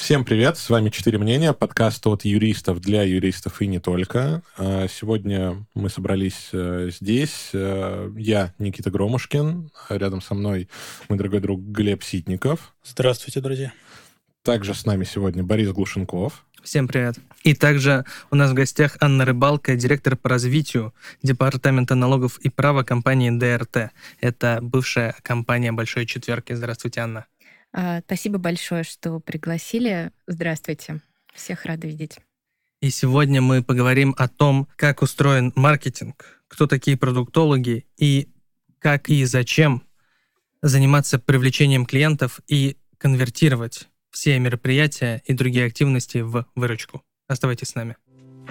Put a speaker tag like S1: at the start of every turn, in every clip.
S1: Всем привет, с вами «Четыре мнения», подкаст от юристов для юристов и не только. Сегодня мы собрались здесь. Я Никита Громушкин, рядом со мной мой дорогой друг Глеб Ситников.
S2: Здравствуйте, друзья.
S1: Также с нами сегодня Борис Глушенков.
S3: Всем привет. И также у нас в гостях Анна Рыбалка, директор по развитию Департамента налогов и права компании ДРТ. Это бывшая компания «Большой четверки». Здравствуйте, Анна.
S4: Спасибо большое, что пригласили. Здравствуйте. Всех рада видеть.
S3: И сегодня мы поговорим о том, как устроен маркетинг, кто такие продуктологи и как и зачем заниматься привлечением клиентов и конвертировать все мероприятия и другие активности в выручку. Оставайтесь с нами.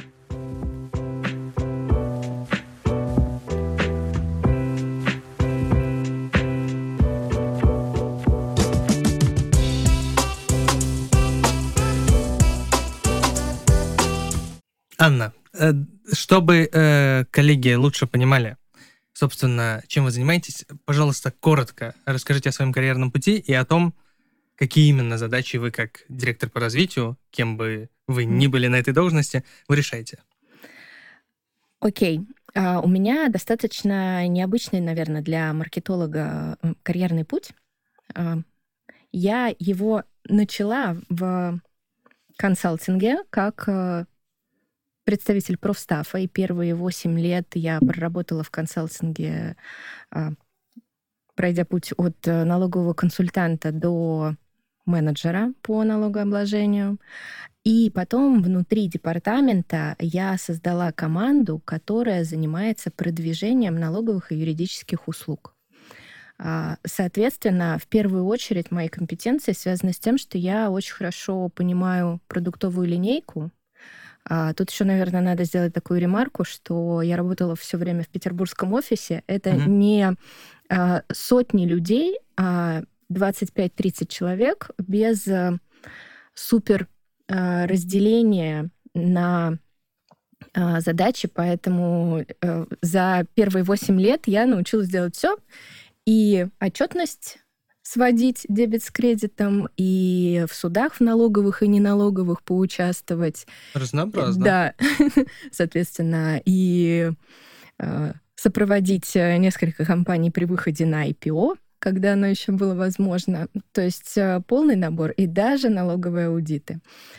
S3: Анна, чтобы коллеги лучше понимали, собственно, чем вы занимаетесь, пожалуйста, коротко расскажите о своем карьерном пути и о том, какие именно задачи вы, как директор по развитию, кем бы вы ни были на этой должности, вы решаете.
S4: Окей. У меня достаточно необычный, наверное, для маркетолога карьерный путь. Я его начала в консалтинге как представитель профстафа, и первые 8 лет я проработала в консалтинге, пройдя путь от налогового консультанта до менеджера по налогообложению. И потом внутри департамента я создала команду, которая занимается продвижением налоговых и юридических услуг. Соответственно, в первую очередь мои компетенции связаны с тем, что я очень хорошо понимаю продуктовую линейку. Тут еще, наверное, надо сделать такую ремарку, что я работала все время в петербургском офисе. Это не сотни людей, а 25-30 человек без супер разделения на задачи. Поэтому за первые 8 лет я научилась делать все. И отчетность сводить дебет с кредитом, и в судах в налоговых и неналоговых поучаствовать.
S3: Разнообразно.
S4: Да, соответственно, и сопроводить несколько компаний при выходе на IPO, когда оно еще было возможно. То есть полный набор, и даже налоговые аудиты.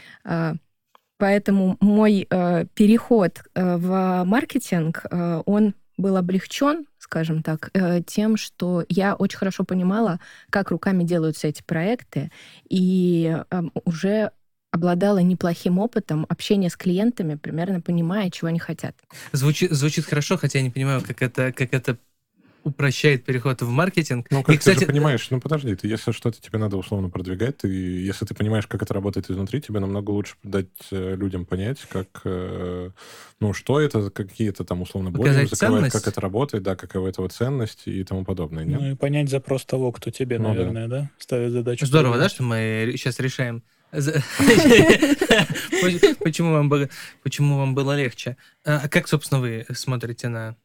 S4: Поэтому мой переход в маркетинг, он был облегчен, скажем так, тем, что я очень хорошо понимала, как руками делаются эти проекты, и уже обладала неплохим опытом общения с клиентами, примерно понимая, чего они хотят.
S3: Звучит хорошо, хотя я не понимаю, как это упрощает переход в маркетинг.
S1: Ну, как и, кстати, ты же понимаешь, подожди, если что-то тебе надо условно продвигать, если ты понимаешь, как это работает изнутри, тебе намного лучше дать людям понять, как, что это, какие-то там условно боли закрывают, как это работает, да, какова этого ценность и тому подобное. Нет?
S2: Ну и понять запрос того, кто тебе, наверное, да, ставит задачу.
S3: Здорово, да, что мы сейчас решаем. Почему вам было легче? А как, собственно, вы смотрите на...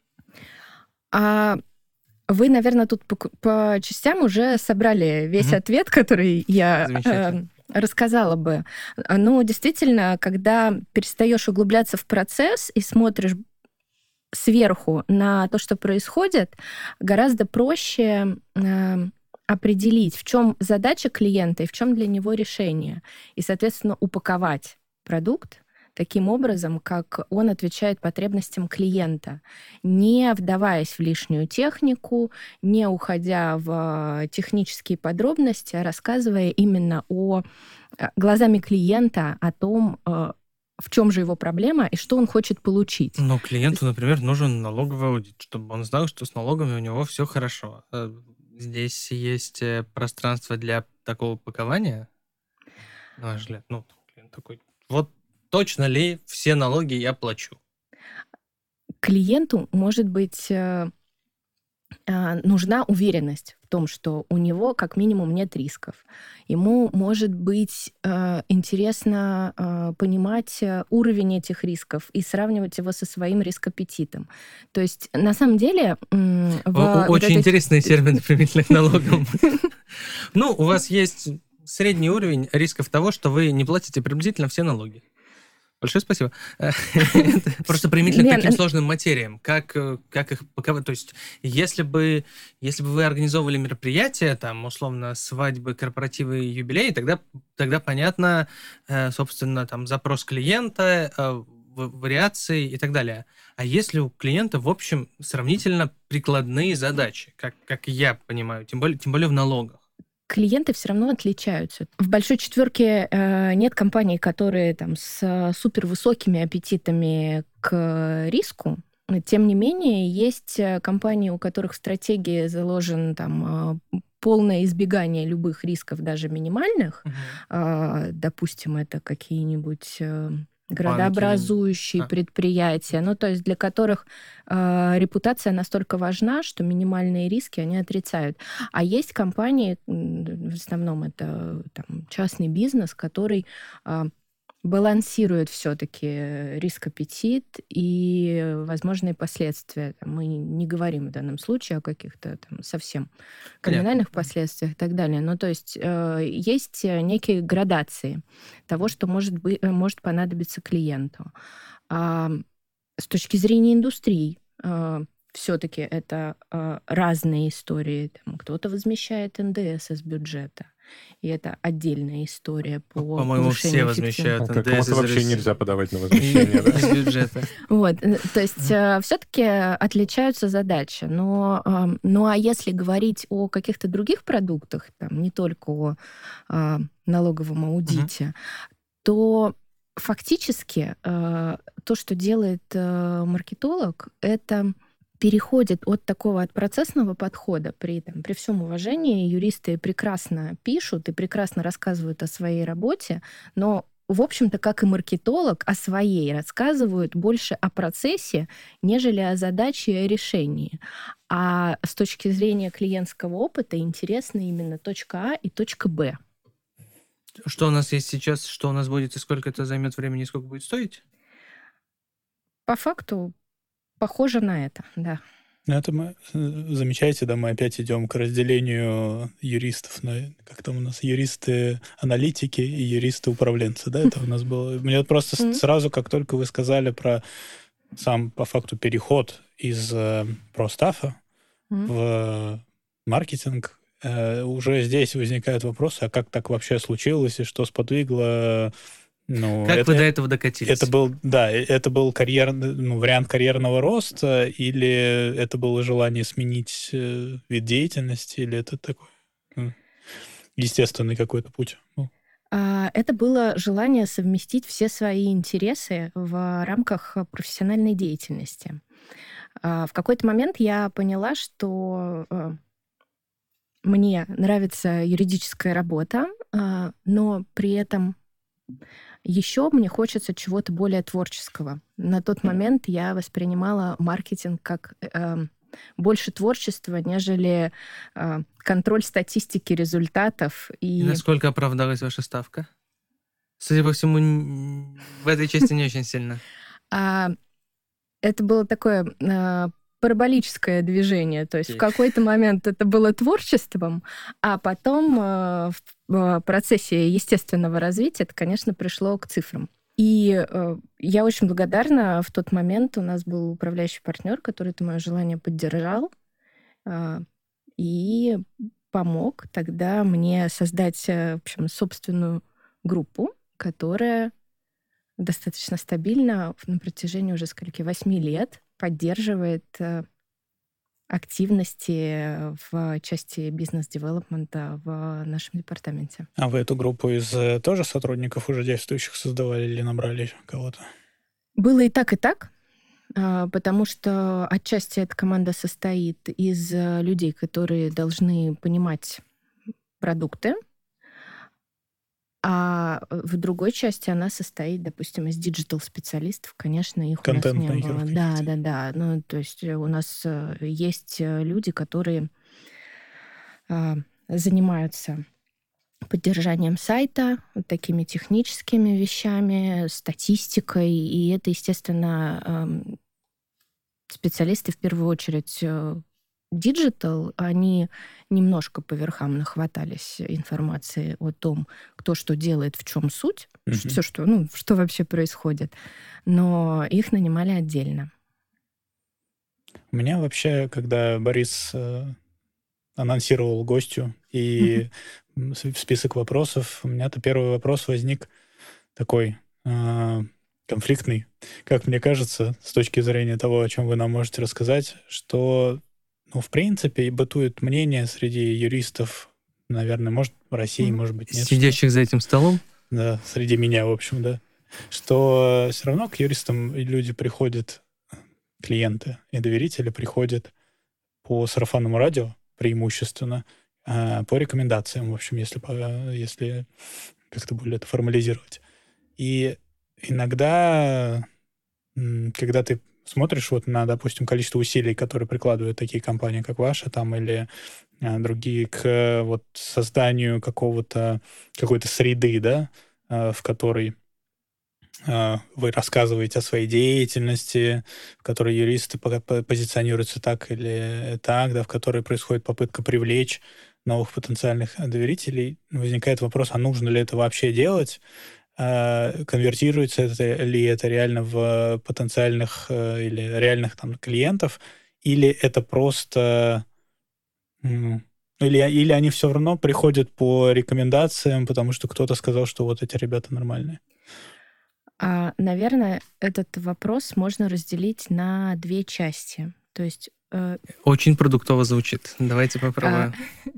S4: Вы, наверное, тут по частям уже собрали весь ответ, который я рассказала бы. Ну, действительно, когда перестаешь углубляться в процесс и смотришь сверху на то, что происходит, гораздо проще определить, в чем задача клиента и в чем для него решение. И, соответственно, упаковать продукт таким образом, как он отвечает потребностям клиента, не вдаваясь в лишнюю технику, не уходя в технические подробности, а рассказывая именно глазами клиента о том, в чем же его проблема и что он хочет получить.
S3: Но клиенту, например, нужен налоговый аудит, чтобы он знал, что с налогами у него все хорошо. Здесь есть пространство для такого упакования, на ваш взгляд. Клиент такой, вот точно ли все налоги я плачу?
S4: Клиенту, может быть, нужна уверенность в том, что у него как минимум нет рисков. Ему может быть интересно понимать уровень этих рисков и сравнивать его со своим рискаппетитом. То есть, на самом деле...
S3: Очень интересные термины применительно к налогам. Ну, у вас есть средний уровень рисков того, что вы не платите приблизительно все налоги. Большое спасибо. Просто применительно к таким сложным материям. Как их паковать? То есть, если бы вы организовывали мероприятия, там, условно, свадьбы, корпоративы, юбилеи, тогда понятно, собственно, там, запрос клиента, вариации и так далее. А если у клиента, в общем, сравнительно прикладные задачи, как я понимаю, тем более в налогах?
S4: Клиенты все равно отличаются. В большой четверке нет компаний, которые там с супервысокими аппетитами к риску. Тем не менее, есть компании, у которых в стратегии заложен там полное избегание любых рисков, даже минимальных. Допустим, это какие-нибудь градообразующие предприятия, ну, то есть для которых репутация настолько важна, что минимальные риски они отрицают. А есть компании, в основном это там, частный бизнес, который балансирует все-таки риск-аппетит и возможные последствия. Мы не говорим в данном случае о каких-то там совсем криминальных последствиях и так далее. Ну, то есть есть некие градации того, что может понадобиться клиенту. С точки зрения индустрии все-таки это разные истории. Там, кто-то возмещает НДС из бюджета. И это отдельная история по
S3: По-моему, все возмещают НДС.
S1: Кому-то вообще нельзя подавать на возмещение
S3: из бюджета.
S4: Вот, то есть все-таки отличаются задачи. Ну а если говорить о каких-то других продуктах, там, не только о налоговом аудите, то фактически то, что делает маркетолог, это переходит от процессного подхода. При всем уважении юристы прекрасно пишут и прекрасно рассказывают о своей работе, но, в общем-то, как и маркетолог, о своей рассказывают больше о процессе, нежели о задаче и о решении. А с точки зрения клиентского опыта интересна именно точка А и точка Б.
S3: Что у нас есть сейчас, что у нас будет, и сколько это займет времени, и сколько будет стоить?
S4: По факту похоже на это, да.
S2: Это мы, замечаете, да, мы опять идем к разделению юристов. Как там у нас юристы-аналитики и юристы-управленцы, да, это у нас было. Мне просто сразу, как только вы сказали про сам, по факту, переход из простафа в маркетинг, уже здесь возникают вопросы, а как так вообще случилось, и что сподвигло...
S3: Как вы до этого докатились?
S2: Это был вариант карьерного роста, или это было желание сменить вид деятельности, или это такой естественный какой-то путь?
S4: Это было желание совместить все свои интересы в рамках профессиональной деятельности. В какой-то момент я поняла, что мне нравится юридическая работа, но при этом еще мне хочется чего-то более творческого. На тот момент я воспринимала маркетинг как больше творчества, нежели контроль статистики результатов.
S3: И насколько оправдалась ваша ставка? Судя по всему, в этой части не очень сильно.
S4: Это было такое параболическое движение. То есть в какой-то момент это было творчеством, а потом в процессе естественного развития это, конечно, пришло к цифрам. И я очень благодарна. В тот момент у нас был управляющий партнер, который это мое желание поддержал и помог тогда мне создать, в общем, собственную группу, которая достаточно стабильно на протяжении уже 8 лет поддерживает активности в части бизнес-девелопмента в нашем департаменте.
S2: А вы эту группу из тоже сотрудников уже действующих создавали или набрали кого-то?
S4: Было и так, потому что отчасти эта команда состоит из людей, которые должны понимать продукты, а в другой части она состоит, допустим, из диджитал-специалистов. Конечно, их у нас не было. Да. Ну, то есть у нас есть люди, которые занимаются поддержанием сайта, такими техническими вещами, статистикой. И это, естественно, специалисты в первую очередь Digital, они немножко по верхам нахватались информации о том, кто что делает, в чем суть, все, что вообще происходит, но их нанимали отдельно.
S2: У меня вообще, когда Борис анонсировал гостю и список вопросов, у меня-то первый вопрос возник такой конфликтный, как мне кажется, с точки зрения того, о чем вы нам можете рассказать, что, в принципе, бытует мнение среди юристов, наверное, может, в России, может быть, нет.
S3: Сидящих за этим столом?
S2: Да, среди меня, в общем, да. Что все равно к юристам люди приходят, клиенты и доверители приходят по сарафанному радио преимущественно, по рекомендациям, в общем, если как-то более это формализировать. И иногда, когда ты смотришь на, допустим, количество усилий, которые прикладывают такие компании, как ваша, там, или другие, к созданию какой-то среды, да, в которой вы рассказываете о своей деятельности, в которой юристы позиционируются так или так, да, в которой происходит попытка привлечь новых потенциальных доверителей, возникает вопрос, а нужно ли это вообще делать, конвертируется ли это реально в потенциальных или реальных там клиентов, или это просто... Или они все равно приходят по рекомендациям, потому что кто-то сказал, что вот эти ребята нормальные.
S4: Наверное, этот вопрос можно разделить на две части. То есть...
S3: Очень продуктово звучит. Давайте попробуем.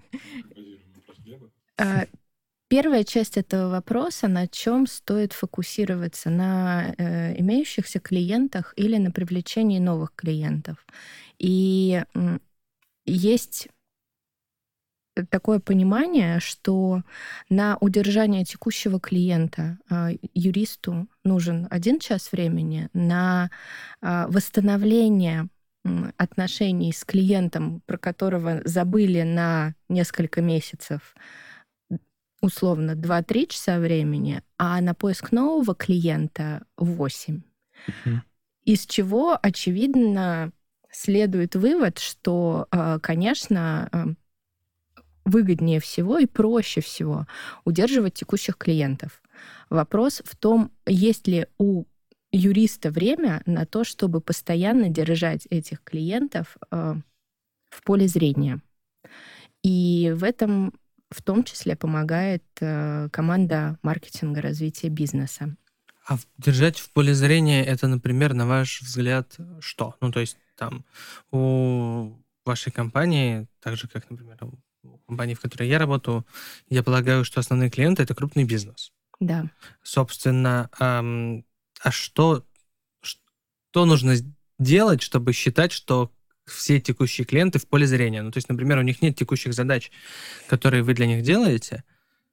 S4: Первая часть этого вопроса, на чем стоит фокусироваться, на имеющихся клиентах или на привлечении новых клиентов. И есть такое понимание, что на удержание текущего клиента юристу нужен 1 час времени, на восстановление отношений с клиентом, про которого забыли на несколько месяцев, условно 2-3 часа времени, а на поиск нового клиента 8. Из чего, очевидно, следует вывод, что, конечно, выгоднее всего и проще всего удерживать текущих клиентов. Вопрос в том, есть ли у юриста время на то, чтобы постоянно держать этих клиентов в поле зрения. И в этом в том числе помогает команда маркетинга развития бизнеса.
S3: А держать в поле зрения это, например, на ваш взгляд, что? То есть там у вашей компании, так же, как, например, у компании, в которой я работаю, я полагаю, что основные клиенты — это крупный бизнес.
S4: Да.
S3: Собственно, что нужно делать, чтобы считать, что все текущие клиенты в поле зрения? То есть, например, у них нет текущих задач, которые вы для них делаете.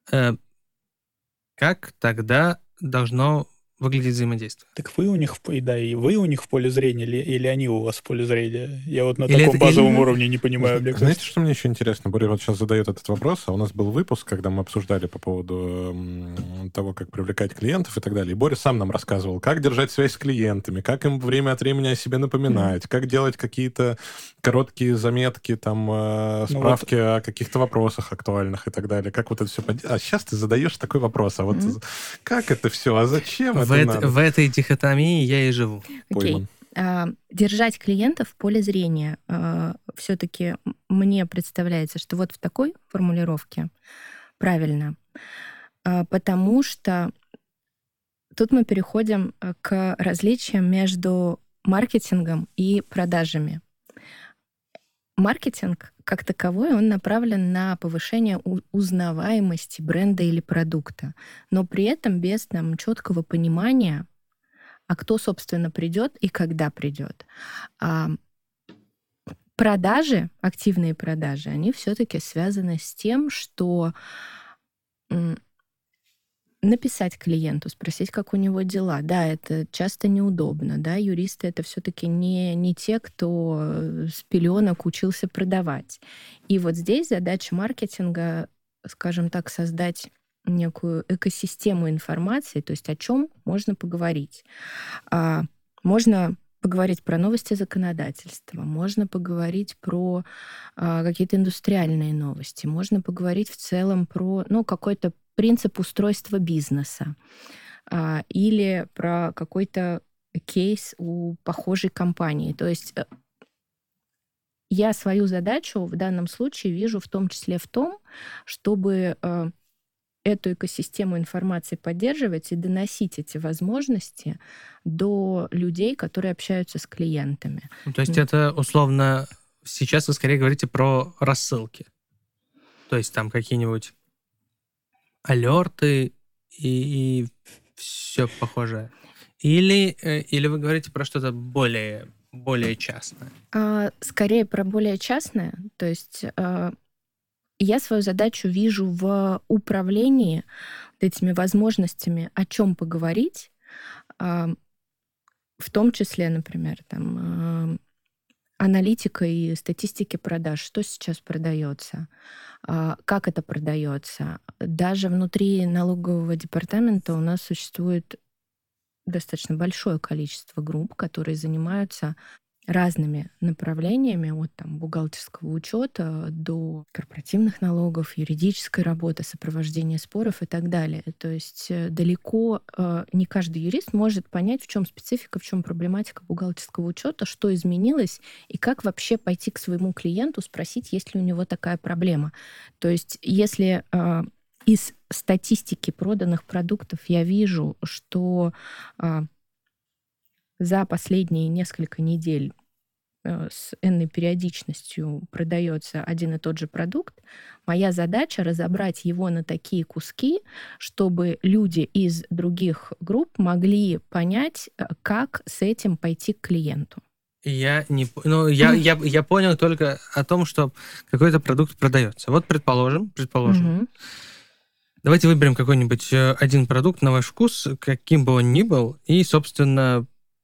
S3: Как тогда должно выглядит взаимодействие?
S2: Так вы у них, и вы у них в поле зрения, или они у вас в поле зрения? Я на таком базовом уровне не понимаю.
S1: Знаете, что мне еще интересно? Боря сейчас задает этот вопрос, а у нас был выпуск, когда мы обсуждали по поводу того, как привлекать клиентов и так далее. И Боря сам нам рассказывал, как держать связь с клиентами, как им время от времени о себе напоминать, как делать какие-то короткие заметки, справки о каких-то вопросах актуальных и так далее. Как это все... А сейчас ты задаешь такой вопрос, а как это все, а зачем
S3: в этой дихотомии я и живу.
S4: Окей. Держать клиентов в поле зрения. Все-таки мне представляется, что вот в такой формулировке правильно. Потому что тут мы переходим к различиям между маркетингом и продажами. Маркетинг, как таковой, он направлен на повышение узнаваемости бренда или продукта, но при этом без четкого понимания, а кто, собственно, придет и когда придет. Продажи, активные продажи, они все-таки связаны с тем, что написать клиенту, спросить, как у него дела. Да, это часто неудобно. Да, юристы — это все-таки не те, кто с пеленок учился продавать. И вот здесь задача маркетинга, скажем так, создать некую экосистему информации, то есть о чем можно поговорить. Можно поговорить про новости законодательства, можно поговорить про какие-то индустриальные новости, можно поговорить в целом про какой-то принцип устройства бизнеса или про какой-то кейс у похожей компании. То есть я свою задачу в данном случае вижу в том числе в том, чтобы эту экосистему информации поддерживать и доносить эти возможности до людей, которые общаются с клиентами.
S3: То есть это условно... Сейчас вы скорее говорите про рассылки. То есть там какие-нибудь алерты и все похожее. Или вы говорите про что-то более частное?
S4: Скорее про более частное. То есть я свою задачу вижу в управлении этими возможностями, о чем поговорить, в том числе, например, там, аналитика и статистики продаж, что сейчас продается, как это продается. Даже внутри налогового департамента у нас существует достаточно большое количество групп, которые занимаются разными направлениями, от бухгалтерского учета до корпоративных налогов, юридической работы, сопровождения споров и так далее. То есть далеко не каждый юрист может понять, в чем специфика, в чем проблематика бухгалтерского учета, что изменилось и как вообще пойти к своему клиенту, спросить, есть ли у него такая проблема. То есть если из статистики проданных продуктов я вижу, что за последние несколько недель с энной периодичностью продается один и тот же продукт, моя задача разобрать его на такие куски, чтобы люди из других групп могли понять, как с этим пойти к клиенту.
S3: Я понял только о том, что какой-то продукт продается. Вот предположим. Давайте выберем какой-нибудь один продукт на ваш вкус, каким бы он ни был, и, собственно,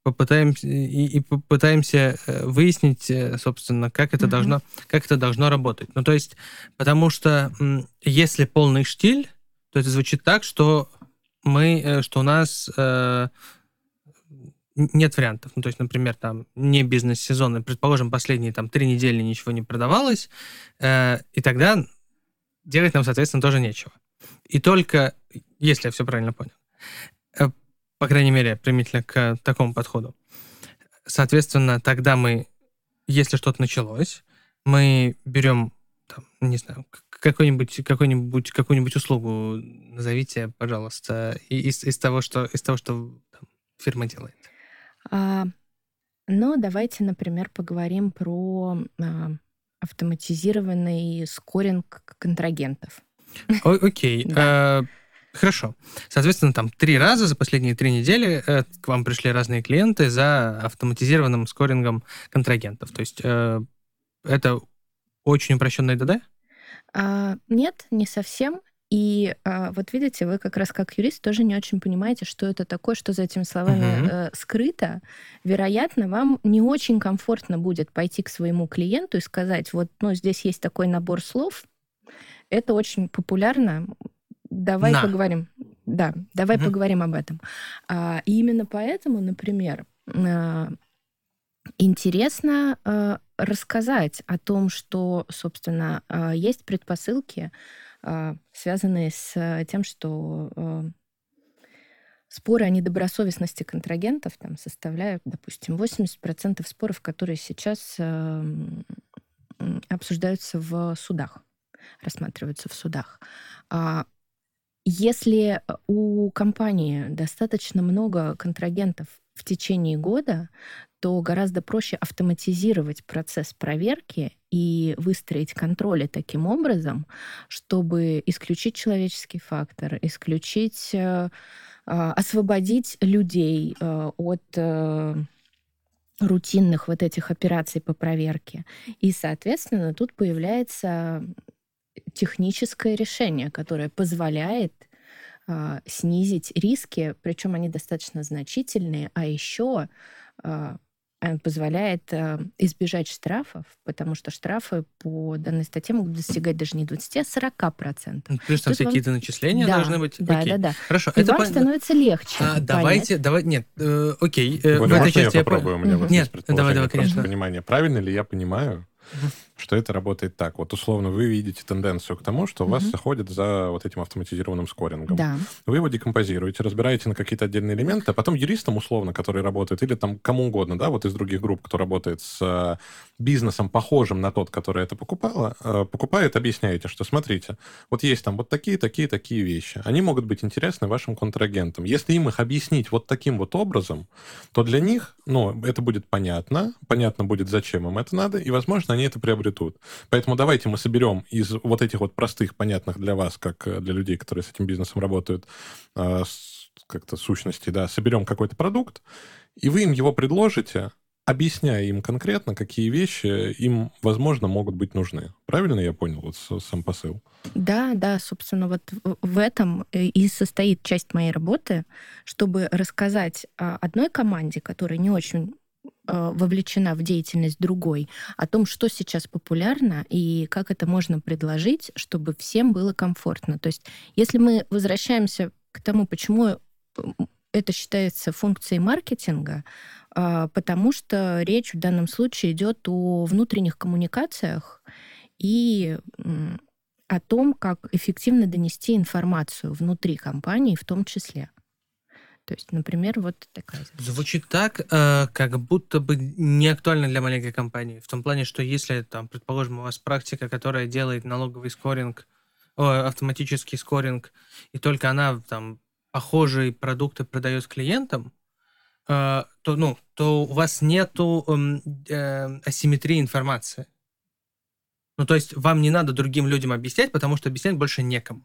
S3: попытаемся выяснить, собственно, как это должно работать. То есть, потому что если полный штиль, то это звучит так, что у нас нет вариантов. То есть, например, там не бизнес-сезон, и, предположим, последние 3 недели ничего не продавалось, и тогда делать нам, соответственно, тоже нечего. И только, если я все правильно понял, по крайней мере, применительно к такому подходу. Соответственно, тогда мы, если что-то началось, мы берем, не знаю, какую-нибудь услугу, назовите, пожалуйста, из того, что фирма делает.
S4: Давайте, например, поговорим про автоматизированный скоринг контрагентов.
S3: Окей. Хорошо. Соответственно, 3 раза за последние 3 недели к вам пришли разные клиенты за автоматизированным скорингом контрагентов. То есть это очень упрощенный ДД?
S4: Нет, не совсем. И вот видите, вы как раз как юрист тоже не очень понимаете, что это такое, что за этими словами скрыто. Вероятно, вам не очень комфортно будет пойти к своему клиенту и сказать, здесь есть такой набор слов, это очень популярно, давай поговорим. Да, давай поговорим об этом. И именно поэтому, например, интересно рассказать о том, что, собственно, есть предпосылки, связанные с тем, что споры о недобросовестности контрагентов составляют, допустим, 80% споров, которые сейчас обсуждаются в судах, рассматриваются в судах. Если у компании достаточно много контрагентов в течение года, то гораздо проще автоматизировать процесс проверки и выстроить контроли таким образом, чтобы исключить человеческий фактор, освободить людей от рутинных этих операций по проверке. И, соответственно, тут появляется техническое решение, которое позволяет снизить риски, причем они достаточно значительные, а еще позволяет избежать штрафов, потому что штрафы по данной статье могут достигать даже не 20, а 40%.
S3: Плюс там какие-то начисления должны быть.
S4: Да.
S3: Хорошо.
S4: И вам становится легче.
S3: Нет, окей.
S1: В этой части я попробую. У меня вот есть
S3: предположение,
S1: конечно. Понимание. Правильно ли я понимаю, что это работает так? Вот условно вы видите тенденцию к тому, что у вас заходит за вот этим автоматизированным скорингом.
S4: Да.
S1: Вы его декомпозируете, разбираете на какие-то отдельные элементы, а потом юристам условно, которые работают, или там кому угодно, да, вот из других групп, кто работает с бизнесом, похожим на тот, который это покупает, объясняете, что смотрите, вот есть там вот такие вещи. Они могут быть интересны вашим контрагентам. Если им их объяснить вот таким вот образом, то для них, это будет понятно будет, зачем им это надо, и, возможно, они это приобретут. Поэтому давайте мы соберем из вот этих вот простых, понятных для вас, как для людей, которые с этим бизнесом работают, как-то сущности, да, соберем какой-то продукт, и вы им его предложите, объясняя им конкретно, какие вещи им, возможно, могут быть нужны. Правильно я понял вот сам посыл?
S4: Да, собственно, вот в этом и состоит часть моей работы, чтобы рассказать одной команде, которая не очень вовлечена в деятельность другой, о том, что сейчас популярно и как это можно предложить, чтобы всем было комфортно. То есть если мы возвращаемся к тому, почему это считается функцией маркетинга, потому что речь в данном случае идет о внутренних коммуникациях и о том, как эффективно донести информацию внутри компании в том числе. То есть, например, вот такая задача.
S3: Звучит так, как будто бы не актуально для маленькой компании. В том плане, что если, там, предположим, у вас практика, которая делает налоговый скоринг, автоматический скоринг, и только она там похожие продукты продает клиентам, то у вас нету асимметрии информации. То есть вам не надо другим людям объяснять, потому что объяснять больше некому.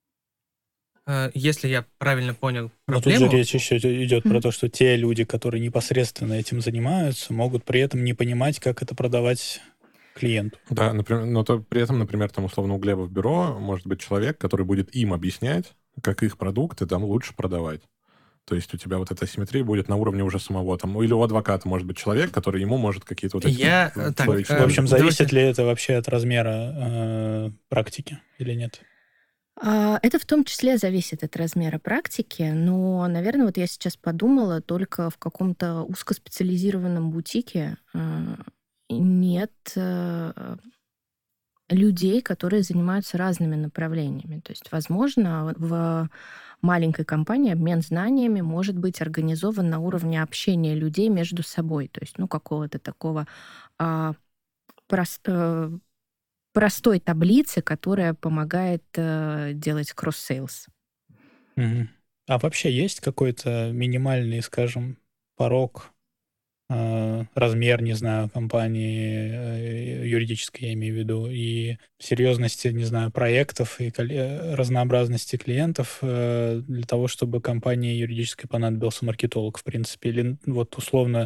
S3: Если я правильно понял проблему...
S2: Но тут же речь еще идет про то, что те люди, которые непосредственно этим занимаются, могут при этом не понимать, как это продавать клиенту.
S1: Да, например, но при этом, например, там условно у Глеба в бюро может быть человек, который будет им объяснять, как их продукты там лучше продавать. То есть у тебя вот эта асимметрия будет на уровне уже самого там, или у адвоката может быть человек, который ему может какие-то вот эти...
S2: В общем, зависит ли это вообще от размера практики или нет?
S4: Это в том числе зависит от размера практики, но, наверное, вот я сейчас подумала, только в каком-то узкоспециализированном бутике нет людей, которые занимаются разными направлениями. То есть, возможно, в маленькой компании обмен знаниями может быть организован на уровне общения людей между собой, то есть, какого-то такого простой таблицы, которая помогает делать кросс-сейлс.
S2: А вообще есть какой-то минимальный, скажем, порог, размер, не знаю, компании юридической, я имею в виду, и серьезности, не знаю, проектов и разнообразности клиентов для того, чтобы компании юридической понадобился маркетолог, в принципе, или вот условно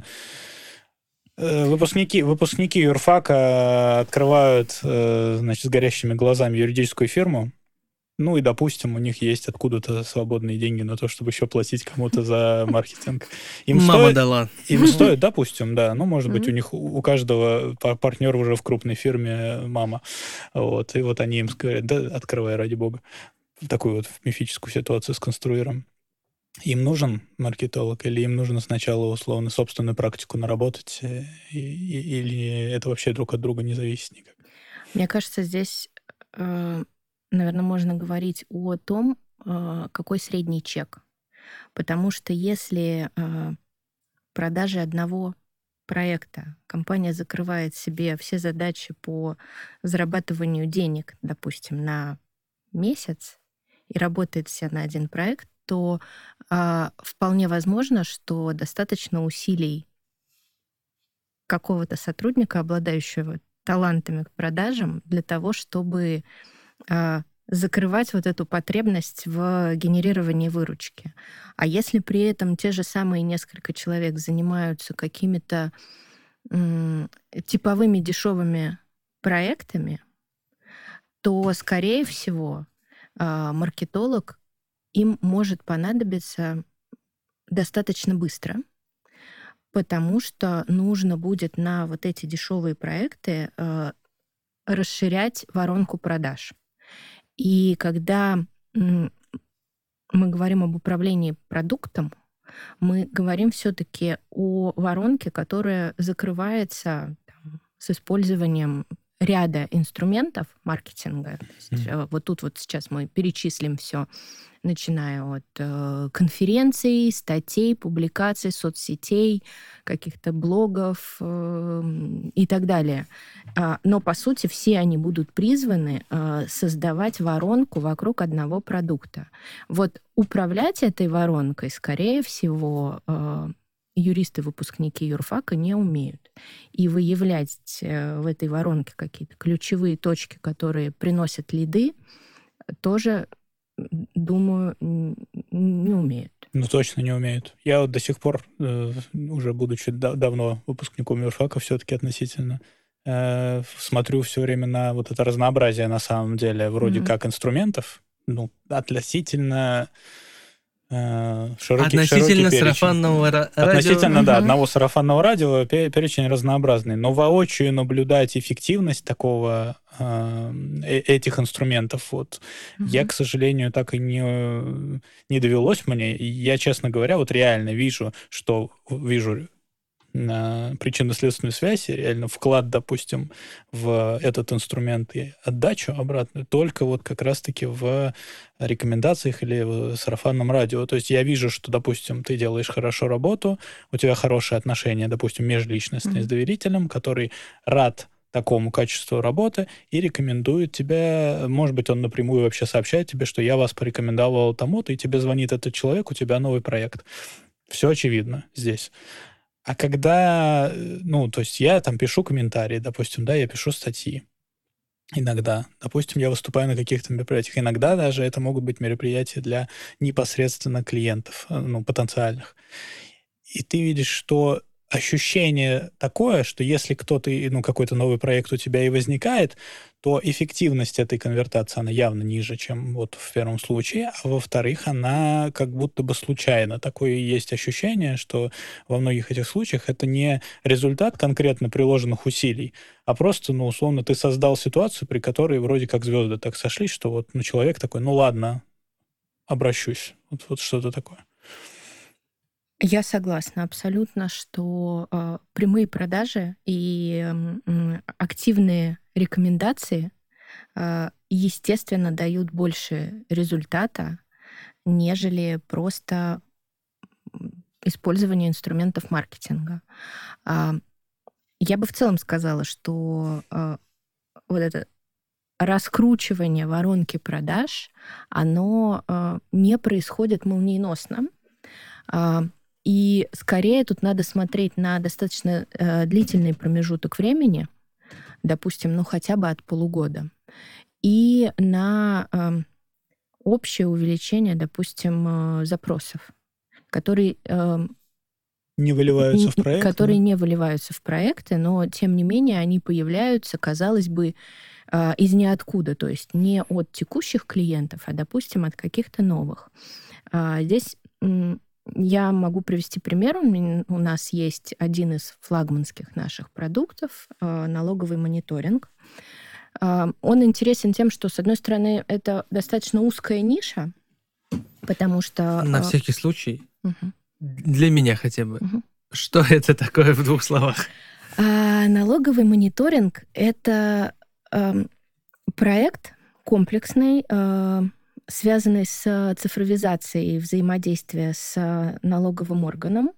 S2: выпускники юрфака открывают, значит, с горящими глазами юридическую фирму, и, допустим, у них есть откуда-то свободные деньги на то, чтобы еще платить кому-то за маркетинг.
S3: Мама дала.
S2: Им стоит, допустим, да. Может быть, у них у каждого партнера уже в крупной фирме мама. Вот. И вот они им говорят, да, открывай, ради бога. Такую вот мифическую ситуацию сконструируем. Им нужен маркетолог или им нужно сначала, условно, собственную практику наработать? Или это вообще друг от друга не зависит никак?
S4: Мне кажется, здесь... наверное, можно говорить о том, какой средний чек. Потому что если продажи одного проекта компания закрывает себе все задачи по зарабатыванию денег, допустим, на месяц, и работает вся на один проект, то вполне возможно, что достаточно усилий какого-то сотрудника, обладающего талантами к продажам, для того, чтобы закрывать вот эту потребность в генерировании выручки. А если при этом те же самые несколько человек занимаются какими-то типовыми дешевыми проектами, то, скорее всего, маркетолог им может понадобиться достаточно быстро, потому что нужно будет на вот эти дешевые проекты расширять воронку продаж. И когда мы говорим об управлении продуктом, мы говорим все-таки о воронке, которая закрывается с использованием ряда инструментов маркетинга. Вот тут вот сейчас мы перечислим все, начиная от конференций, статей, публикаций, соцсетей, каких-то блогов и так далее. Но, по сути, все они будут призваны создавать воронку вокруг одного продукта. Вот управлять этой воронкой, скорее всего, юристы-выпускники юрфака не умеют. И выявлять в этой воронке какие-то ключевые точки, которые приносят лиды, тоже, думаю, не умеют.
S2: Ну, точно не умеют. Я вот до сих пор, уже будучи давно выпускником юрфака, все-таки относительно смотрю все время на вот это разнообразие, на самом деле, вроде как инструментов, ну, относительно...
S3: Относительно сарафанного радио.
S2: Относительно, да, одного сарафанного радио перечень разнообразный. Но воочию наблюдать эффективность этих инструментов, вот, я, к сожалению, так и не довелось мне. Я, честно говоря, вот реально вижу причинно-следственную связь, реально вклад, допустим, в этот инструмент и отдачу обратную только вот как раз-таки в рекомендациях или в сарафанном радио. То есть я вижу, что, допустим, ты делаешь хорошо работу, у тебя хорошие отношения, допустим, межличностные с доверителем, который рад такому качеству работы и рекомендует тебя, может быть, он напрямую вообще сообщает тебе, что я вас порекомендовал тому-то, и тебе звонит этот человек, у тебя новый проект. Все очевидно здесь. А когда, то есть я там пишу комментарии, допустим, да, я пишу статьи. Иногда. Допустим, я выступаю на каких-то мероприятиях. Иногда даже это могут быть мероприятия для непосредственно клиентов, потенциальных. И ты видишь, что ощущение такое, что если какой-то новый проект у тебя и возникает, то эффективность этой конвертации, она явно ниже, чем вот в первом случае, а во-вторых, она как будто бы случайно. Такое есть ощущение, что во многих этих случаях это не результат конкретно приложенных усилий, а просто, условно, ты создал ситуацию, при которой вроде как звезды так сошлись, что вот человек такой, ладно, обращусь. Вот что-то такое.
S4: Я согласна абсолютно, что прямые продажи и активные рекомендации, естественно, дают больше результата, нежели просто использование инструментов маркетинга. Я бы в целом сказала, что вот это раскручивание воронки продаж, оно не происходит молниеносно. И скорее тут надо смотреть на достаточно длительный промежуток времени, допустим, хотя бы от полугода, и на общее увеличение, допустим, запросов, которые
S2: не выливаются в проекты.
S4: Которые не выливаются в проекты, но, тем не менее, они появляются, казалось бы, из ниоткуда, то есть не от текущих клиентов, а, допустим, от каких-то новых. Здесь я могу привести пример. У нас есть один из флагманских наших продуктов — налоговый мониторинг. Он интересен тем, что, с одной стороны, это достаточно узкая ниша, потому что...
S3: На всякий случай, для меня хотя бы, что это такое в 2 словах?
S4: Налоговый мониторинг — это проект комплексный, связанный с цифровизацией взаимодействия с налоговым органом,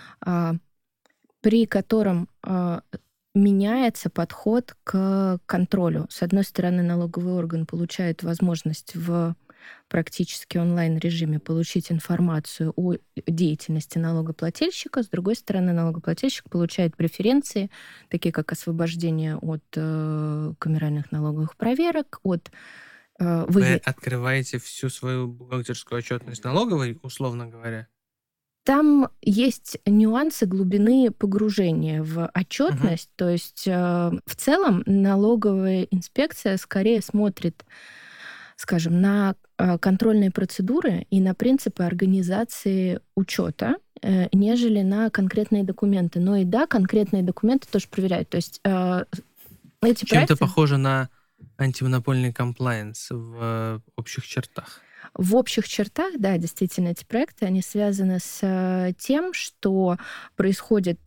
S4: при котором меняется подход к контролю. С одной стороны, налоговый орган получает возможность в практически онлайн-режиме получить информацию о деятельности налогоплательщика. С другой стороны, налогоплательщик получает преференции, такие как освобождение от камеральных налоговых проверок, от...
S3: Вы открываете всю свою бухгалтерскую отчетность налоговой, условно говоря?
S4: Там есть нюансы глубины погружения в отчетность. То есть в целом налоговая инспекция скорее смотрит, скажем, на контрольные процедуры и на принципы организации учета нежели на конкретные документы. Но и да, конкретные документы тоже проверяют. То есть эти
S3: Чем-то похоже на антимонопольный комплаенс в общих чертах.
S4: В общих чертах, да, действительно, эти проекты, они связаны с тем, что происходит,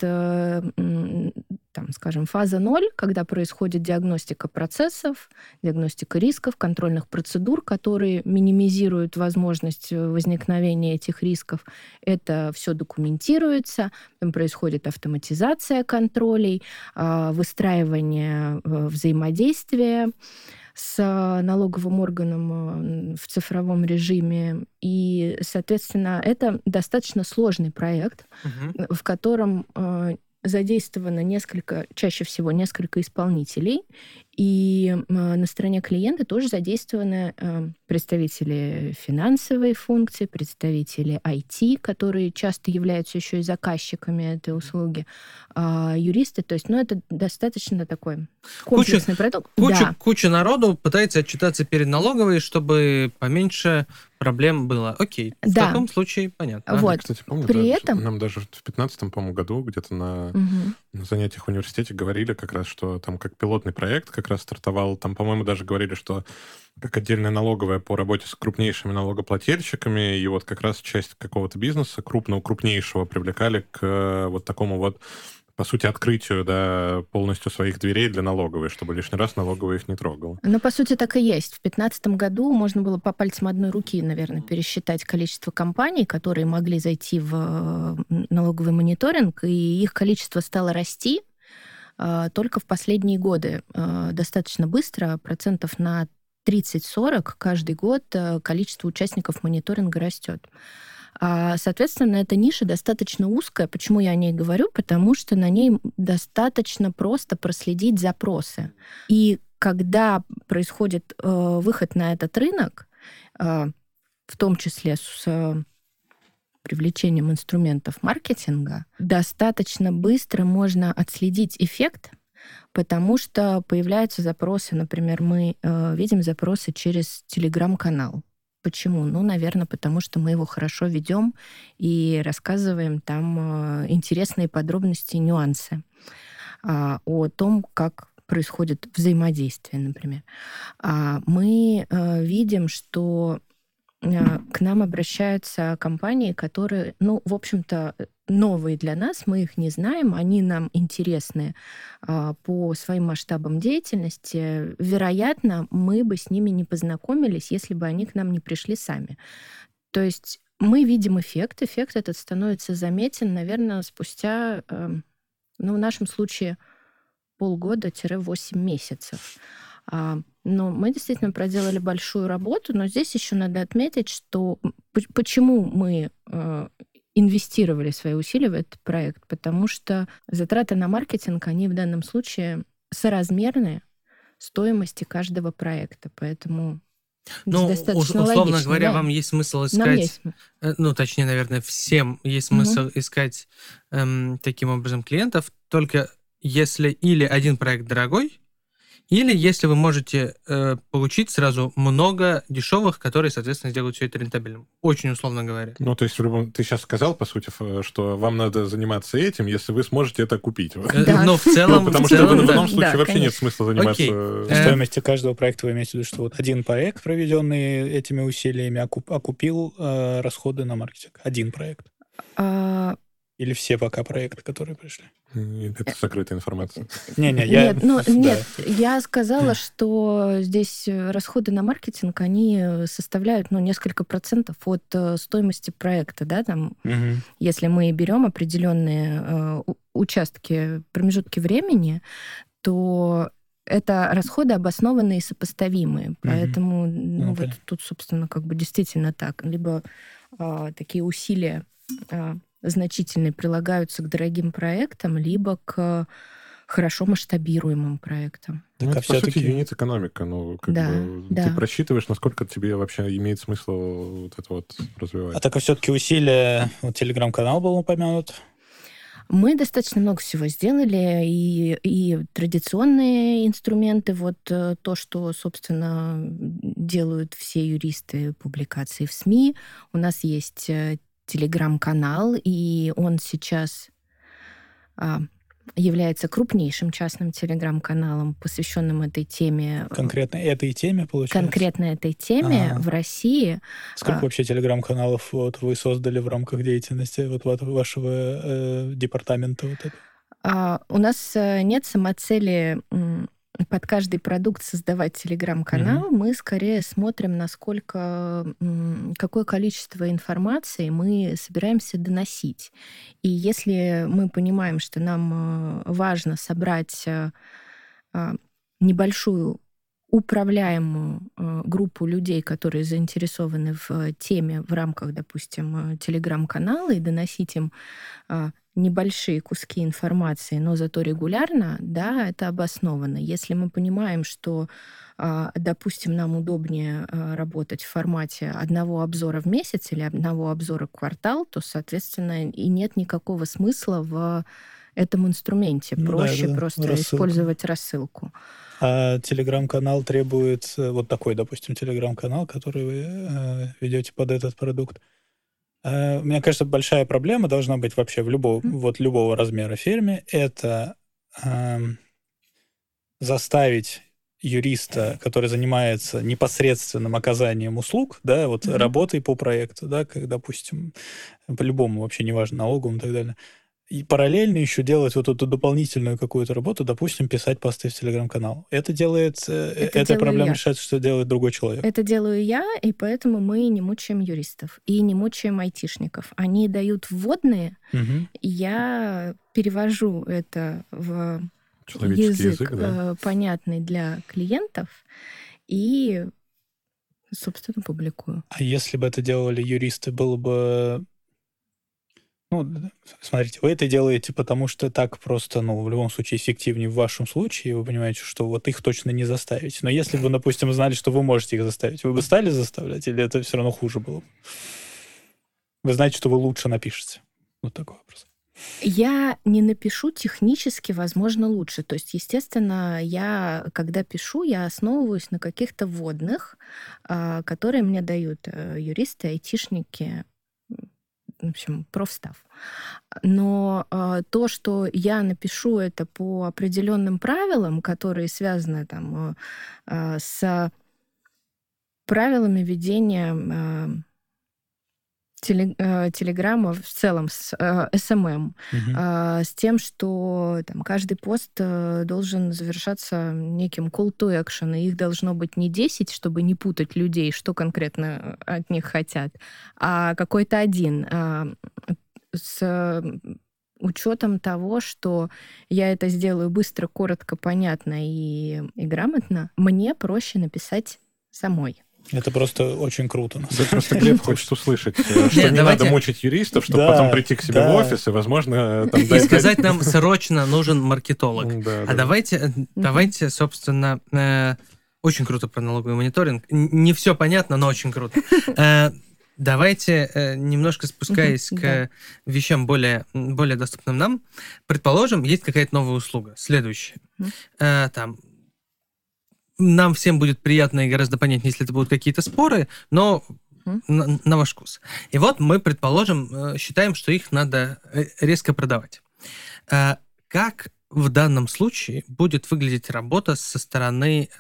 S4: там, скажем, фаза 0, когда происходит диагностика процессов, диагностика рисков, контрольных процедур, которые минимизируют возможность возникновения этих рисков. Это все документируется, там происходит автоматизация контролей, выстраивание взаимодействия с налоговым органом в цифровом режиме. И, соответственно, это достаточно сложный проект, в котором задействовано чаще всего несколько исполнителей, и на стороне клиента тоже задействованы представители финансовой функции, представители IT, которые часто являются еще и заказчиками этой услуги, юристы. То есть, это достаточно такой комплексный продукт.
S3: Куча народу пытается отчитаться перед налоговой, чтобы поменьше проблем было. Окей, в таком случае понятно.
S4: Вот.
S1: Я, кстати, помню, нам даже в 2015, по-моему, году где-то на занятиях в университете говорили как раз, что там как пилотный проект как раз стартовал. Там, по-моему, даже говорили, что как отдельная налоговая по работе с крупнейшими налогоплательщиками, и вот как раз часть какого-то бизнеса крупнейшего привлекали к вот такому вот, по сути, открытию, да, полностью своих дверей для налоговой, чтобы лишний раз налоговая их не трогала.
S4: По сути, так и есть. В 2015 году можно было по пальцам одной руки, наверное, пересчитать количество компаний, которые могли зайти в налоговый мониторинг, и их количество стало расти только в последние годы. Достаточно быстро, процентов на 30-40 каждый год количество участников мониторинга растет. Соответственно, эта ниша достаточно узкая. Почему я о ней говорю? Потому что на ней достаточно просто проследить запросы. И когда происходит выход на этот рынок, в том числе с привлечением инструментов маркетинга, достаточно быстро можно отследить эффект, потому что появляются запросы. Например, мы видим запросы через Telegram-канал. Почему? Наверное, потому что мы его хорошо ведем и рассказываем там интересные подробности, нюансы о том, как происходит взаимодействие, например. Мы видим, что к нам обращаются компании, которые, в общем-то, новые для нас, мы их не знаем, они нам интересны по своим масштабам деятельности. Вероятно, мы бы с ними не познакомились, если бы они к нам не пришли сами. То есть мы видим эффект. Эффект этот становится заметен, наверное, спустя, в нашем случае, полгода-8 месяцев. Но мы действительно проделали большую работу, но здесь еще надо отметить, что почему мы инвестировали свои усилия в этот проект, потому что затраты на маркетинг, они в данном случае соразмерны стоимости каждого проекта, поэтому достаточно
S3: условно
S4: логично,
S3: говоря,
S4: да?
S3: вам есть смысл искать, точнее, наверное, всем есть смысл искать таким образом клиентов, только если или один проект дорогой, или если вы можете получить сразу много дешевых, которые, соответственно, сделают все это рентабельным. Очень условно говоря.
S1: То есть ты сейчас сказал, по сути, что вам надо заниматься этим, если вы сможете это купить.
S4: Да.
S3: Но в целом...
S1: Потому что в ином случае вообще нет смысла заниматься...
S2: В стоимости каждого проекта вы имеете в виду, что вот один проект, проведенный этими усилиями, окупил расходы на маркетинг? Один проект? Или все пока проекты, которые пришли?
S1: Это закрытая информация.
S4: Нет, я сказала, что здесь расходы на маркетинг, они составляют несколько процентов от стоимости проекта, да, там, если мы берем определенные участки, промежутки времени, то это расходы обоснованные и сопоставимые. Поэтому вот тут, собственно, действительно так. Либо такие усилия значительные прилагаются к дорогим проектам, либо к хорошо масштабируемым проектам.
S1: Это, по сути, юнит-экономика. Ты просчитываешь, насколько тебе вообще имеет смысл вот это вот развивать.
S2: Так все-таки усилия... Телеграм-канал был упомянут.
S4: Мы достаточно много всего сделали, и традиционные инструменты, то, что, собственно, делают все юристы, публикации в СМИ. У нас есть телеграм-канал, и он сейчас является крупнейшим частным телеграм-каналом, посвященным этой теме.
S2: Конкретно этой теме, получается?
S4: Конкретно этой теме в России.
S2: Сколько вообще телеграм-каналов вы создали в рамках деятельности вашего департамента?
S4: У нас нет самоцели под каждый продукт создавать телеграм-канал. Мы скорее смотрим, какое количество информации мы собираемся доносить. И если мы понимаем, что нам важно собрать небольшую управляемую группу людей, которые заинтересованы в теме в рамках, допустим, телеграм-канала, и доносить им небольшие куски информации, но зато регулярно, да, это обоснованно. Если мы понимаем, что, допустим, нам удобнее работать в формате одного обзора в месяц или одного обзора в квартал, то, соответственно, и нет никакого смысла в этом инструменте. Проще просто использовать рассылку.
S2: А телеграм-канал требует вот такой, допустим, телеграм-канал, который вы ведете под этот продукт. Мне кажется, большая проблема должна быть вообще в любого размера фирме. Это заставить юриста, который занимается непосредственным оказанием услуг, да, работой по проекту, да, как, допустим, по-любому, вообще неважно, налоговым и так далее, и параллельно еще делать вот эту дополнительную какую-то работу, допустим, писать посты в телеграм-канал. Эта проблема решается, что делает другой человек.
S4: Это делаю я, и поэтому мы не мучаем юристов и не мучаем айтишников. Они дают вводные, и я перевожу это в язык, понятный для клиентов, и, собственно, публикую.
S2: А если бы это делали юристы, было бы... смотрите, вы это делаете, потому что так просто, в любом случае, эффективнее в вашем случае, вы понимаете, что вот их точно не заставить. Но если бы, допустим, знали, что вы можете их заставить, вы бы стали заставлять, или это все равно хуже было бы? Вы знаете, что вы лучше напишете? Вот такой вопрос.
S4: Я не напишу технически, возможно, лучше. То есть, естественно, когда пишу, я основываюсь на каких-то вводных, которые мне дают юристы, айтишники, в общем, профстав. Но то, что я напишу это по определенным правилам, которые связаны с правилами ведения Телеграма в целом, с SMM, с тем, что каждый пост должен завершаться неким call to action, и их должно быть не 10, чтобы не путать людей, что конкретно от них хотят, а какой-то один, с учетом того, что я это сделаю быстро, коротко, понятно и грамотно, мне проще написать самой.
S2: Это просто очень круто.
S1: Да, просто Глеб хочет услышать, что не надо мучить юристов, чтобы потом прийти к себе в офис и, возможно...
S3: И сказать нам, срочно нужен маркетолог. А давайте, собственно... Очень круто про налоговый мониторинг. Не все понятно, но очень круто. Давайте, немножко спускаясь к вещам более доступным нам, предположим, есть какая-то новая услуга. Следующая. Нам всем будет приятно и гораздо понятнее, если это будут какие-то споры, но на ваш вкус. И вот мы, предположим, считаем, что их надо резко продавать. Как в данном случае будет выглядеть работа со стороны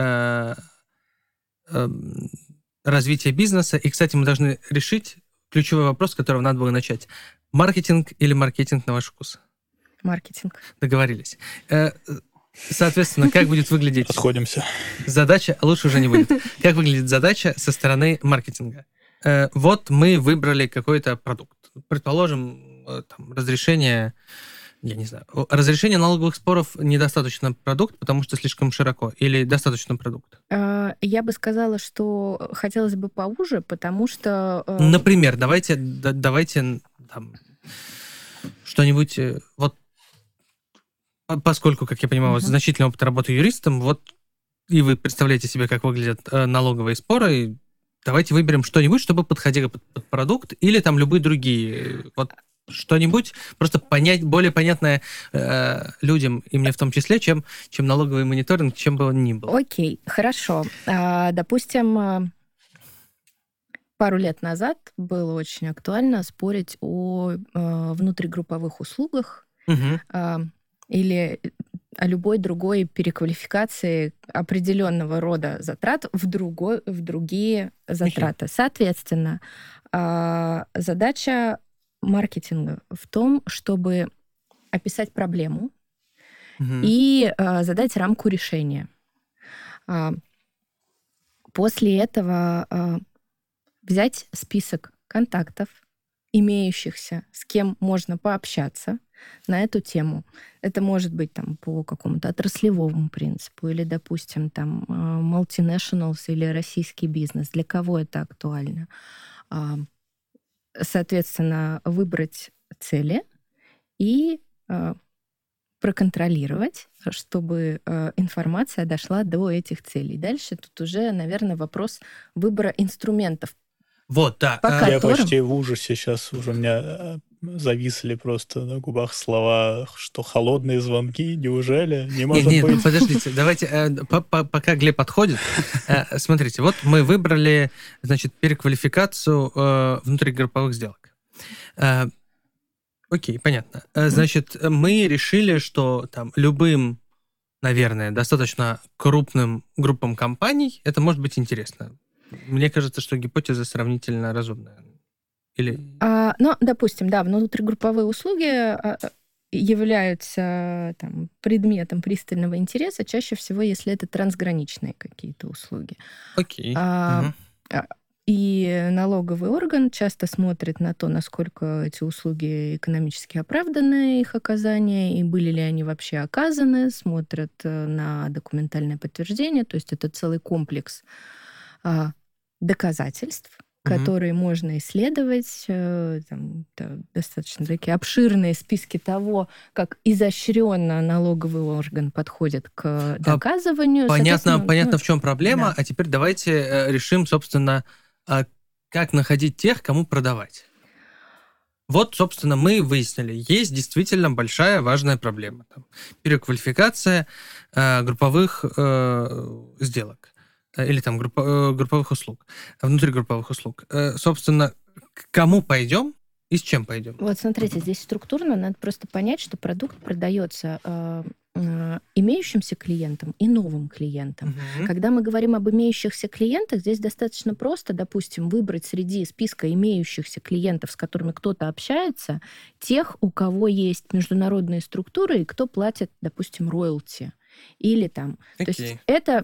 S3: развития бизнеса? И, кстати, мы должны решить ключевой вопрос, с которого надо было начать. Маркетинг или маркетинг на ваш вкус?
S4: Маркетинг.
S3: Договорились. Соответственно, как будет выглядеть...
S2: Расходимся.
S3: Задача, лучше уже не будет. Как выглядит задача со стороны маркетинга? Вот мы выбрали какой-то продукт. Предположим, разрешение налоговых споров недостаточно продукт, потому что слишком широко, или достаточно продукт?
S4: Я бы сказала, что хотелось бы поуже, потому что...
S3: Например, давайте что-нибудь... Поскольку, как я понимаю, у вас значительный опыт работы юристом, и вы представляете себе, как выглядят налоговые споры, давайте выберем что-нибудь, чтобы подходило под продукт, или любые другие. Что-нибудь просто более понятное людям, и мне в том числе, чем налоговый мониторинг, чем бы он ни был.
S4: Окей, хорошо. Допустим, пару лет назад было очень актуально спорить о внутригрупповых услугах или о любой другой переквалификации определенного рода затрат в другие затраты. Соответственно, задача маркетинга в том, чтобы описать проблему и задать рамку решения. После этого взять список контактов, имеющихся, с кем можно пообщаться на эту тему. Это может быть там по какому-то отраслевому принципу или, допустим, там multinationals или российский бизнес. Для кого это актуально? Соответственно, выбрать цели и проконтролировать, чтобы информация дошла до этих целей. Дальше тут уже, наверное, вопрос выбора инструментов.
S3: Вот, да.
S2: Я почти в ужасе сейчас уже у меня зависли просто на губах слова, что холодные звонки, неужели? Не может быть.
S3: Нет, подождите, давайте, пока Глеб подходит, смотрите, вот мы выбрали, значит, переквалификацию внутригрупповых сделок. Окей, понятно. Значит, мы решили, что там любым, наверное, достаточно крупным группам компаний это может быть интересно. Мне кажется, что гипотеза сравнительно разумная. Или...
S4: Ну, допустим, да, внутригрупповые услуги являются там, предметом пристального интереса чаще всего, если это трансграничные какие-то услуги.
S3: Окей.
S4: И налоговый орган часто смотрит на то, насколько эти услуги экономически оправданы, их оказание, и были ли они вообще оказаны, смотрят на документальное подтверждение, то есть это целый комплекс доказательств, которые можно исследовать. Там, достаточно такие обширные списки того, как изощренно налоговый орган подходит к доказыванию.
S3: Понятно, в чем проблема. Да. А теперь давайте решим, собственно, как находить тех, кому продавать. Вот, собственно, мы выяснили, есть действительно большая важная проблема. Там, переквалификация групповых сделок. Или там групповых услуг, внутригрупповых услуг. Собственно, к кому пойдем и с чем пойдем?
S4: Вот смотрите, здесь структурно надо просто понять, что продукт продается имеющимся клиентам и новым клиентам. Когда мы говорим об имеющихся клиентах, здесь достаточно просто, допустим, выбрать среди списка имеющихся клиентов, с которыми кто-то общается, тех, у кого есть международные структуры и кто платит, допустим, роялти. Или там... То есть это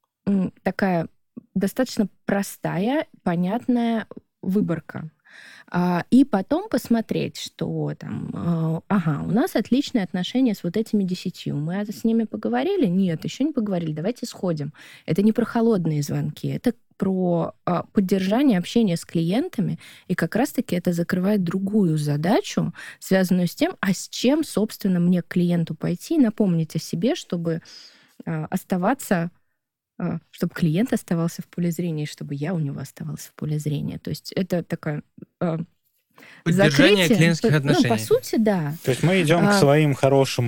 S4: такая достаточно простая, понятная выборка. И потом посмотреть, что там, у нас отличные отношения с вот этими 10. Мы с ними поговорили? Нет, еще не поговорили. Давайте сходим. Это не про холодные звонки, это про поддержание общения с клиентами, и как раз-таки это закрывает другую задачу, связанную с тем, с чем, собственно, мне к клиенту пойти, напомнить о себе, чтобы оставаться... чтобы клиент оставался в поле зрения, и чтобы я у него оставалась в поле зрения. То есть это такое
S3: поддержание клиентских отношений.
S4: По сути, да.
S2: То есть мы идем к своим хорошим